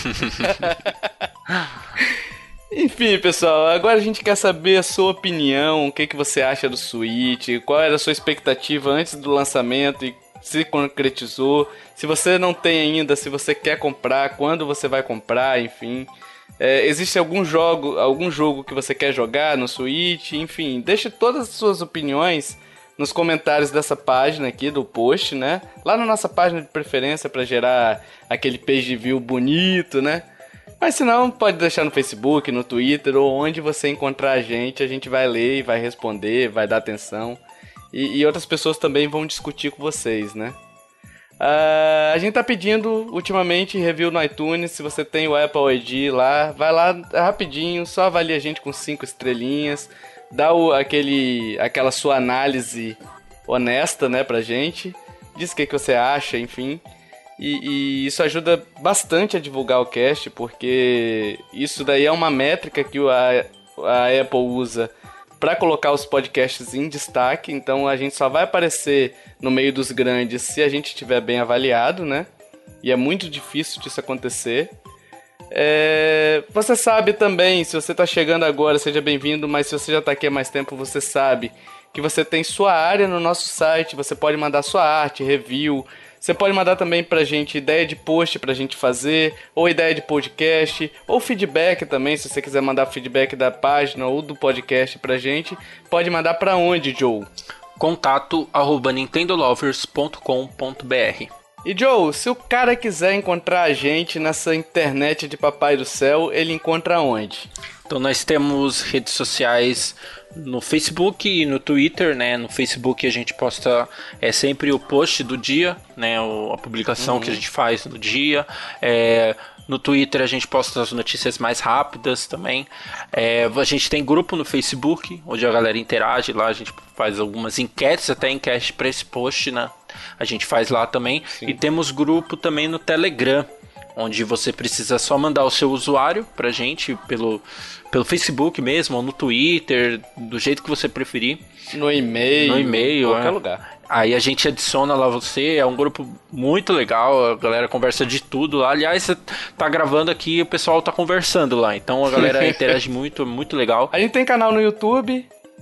Enfim, pessoal, agora a gente quer saber a sua opinião, o que você acha do Switch, qual era a sua expectativa antes do lançamento e se concretizou. Se você não tem ainda, se você quer comprar, quando você vai comprar, enfim. Existe algum jogo que você quer jogar no Switch, enfim, deixe todas as suas opiniões nos comentários dessa página aqui do post, né? Lá na nossa página de preferência para gerar aquele page view bonito, né? Mas se não, pode deixar no Facebook, no Twitter ou onde você encontrar a gente vai ler e vai responder, vai dar atenção. E outras pessoas também vão discutir com vocês, né? A gente tá pedindo ultimamente review no iTunes. Se você tem o Apple ID lá, vai lá rapidinho, só avalia a gente com 5 estrelinhas, dá aquela sua análise honesta, né, pra gente, diz o que você acha, enfim. E isso ajuda bastante a divulgar o cast, porque isso daí é uma métrica que a Apple usa para colocar os podcasts em destaque. Então a gente só vai aparecer no meio dos grandes se a gente estiver bem avaliado, né? E é muito difícil disso acontecer. Você sabe também, se você está chegando agora, seja bem-vindo, mas se você já está aqui há mais tempo, você sabe que você tem sua área no nosso site, você pode mandar sua arte, review. Você pode mandar também pra gente ideia de post pra gente fazer, ou ideia de podcast, ou feedback também, se você quiser mandar feedback da página ou do podcast pra gente. Pode mandar pra onde, Joe? contato@nintendolovers.com.br. E Joe, se o cara quiser encontrar a gente nessa internet de papai do céu, ele encontra onde? Então nós temos redes sociais no Facebook e no Twitter, né? No Facebook a gente posta sempre o post do dia, né? A publicação que a gente faz no dia. No Twitter a gente posta as notícias mais rápidas também. A gente tem grupo no Facebook, onde a galera interage lá, a gente faz algumas enquetes, até enquete para esse post, né? A gente faz lá também. Sim. E temos grupo também no Telegram, onde você precisa só mandar o seu usuário pra gente pelo Facebook mesmo, ou no Twitter, do jeito que você preferir. No e-mail, qualquer lugar. Aí a gente adiciona lá você, é um grupo muito legal, a galera conversa de tudo lá. Aliás, você tá gravando aqui e o pessoal tá conversando lá, então a galera interage muito, muito legal. A gente tem canal no YouTube,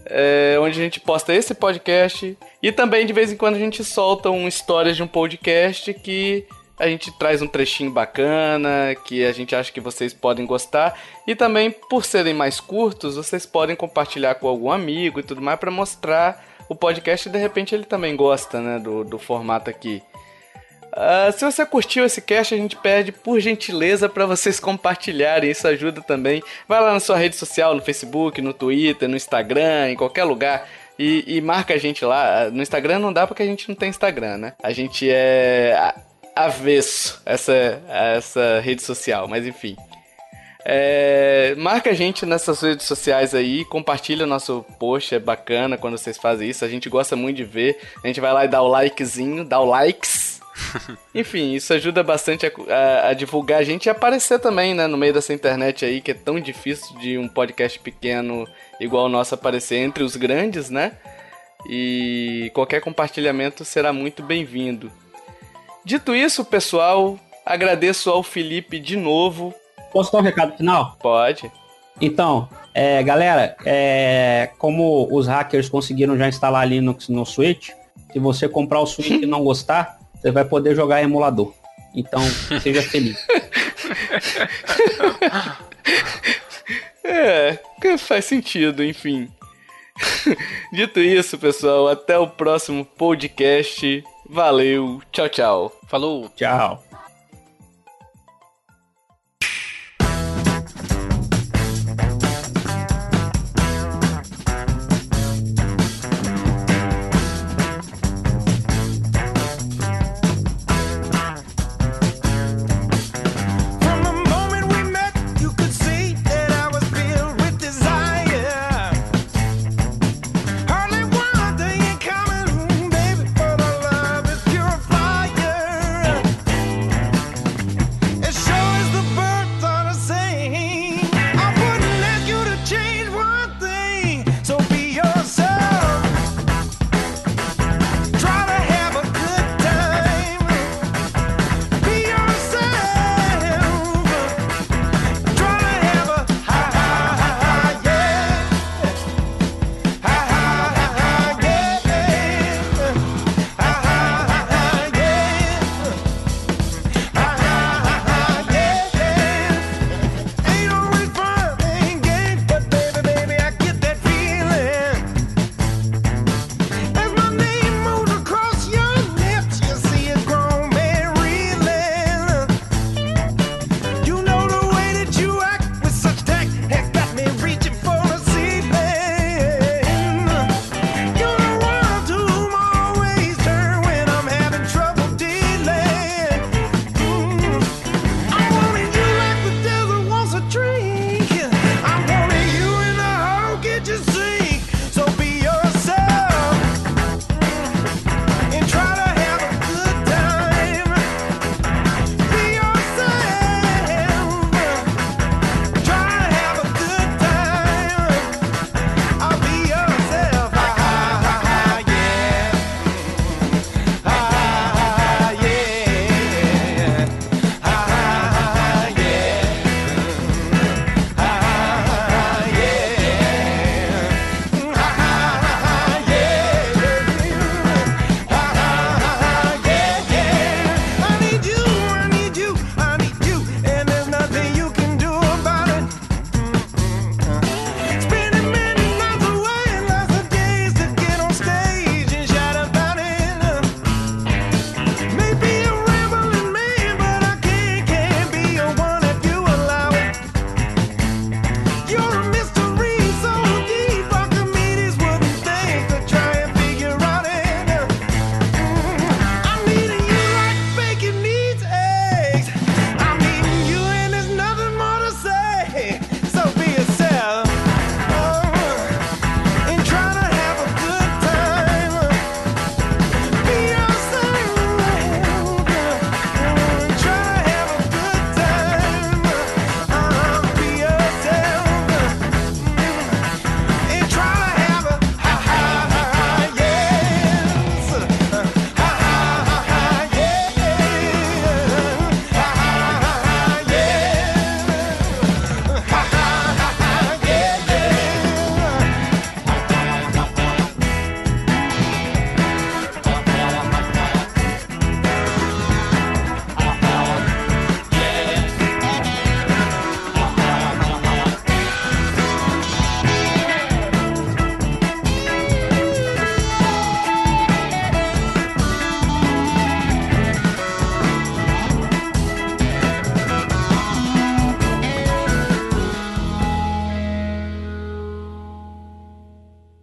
onde a gente posta esse podcast. E também, de vez em quando, a gente solta histórias de um podcast que a gente traz um trechinho bacana, que a gente acha que vocês podem gostar. E também, por serem mais curtos, vocês podem compartilhar com algum amigo e tudo mais para mostrar o podcast e, de repente, ele também gosta, né, do formato aqui. Se você curtiu esse cast, a gente pede por gentileza para vocês compartilharem, isso ajuda também. Vai lá na sua rede social, no Facebook, no Twitter, no Instagram, em qualquer lugar e marca a gente lá. No Instagram não dá porque a gente não tem Instagram, né? A gente é avesso essa rede social, mas enfim. Marca a gente nessas redes sociais aí, compartilha o nosso post, é bacana quando vocês fazem isso, a gente gosta muito de ver. A gente vai lá e dá o likezinho, dá o likes. Enfim, isso ajuda bastante a divulgar a gente e aparecer também, né, no meio dessa internet aí, que é tão difícil de um podcast pequeno igual o nosso aparecer entre os grandes, né? E qualquer compartilhamento será muito bem-vindo. Dito isso, pessoal, agradeço ao Felipe de novo. Posso dar um recado final? Pode. Então, galera, como os hackers conseguiram já instalar Linux no Switch, se você comprar o Switch e não gostar, você vai poder jogar emulador. Então, seja feliz. Faz sentido, enfim. Dito isso, pessoal, até o próximo podcast. Valeu, tchau, tchau. Falou. Tchau.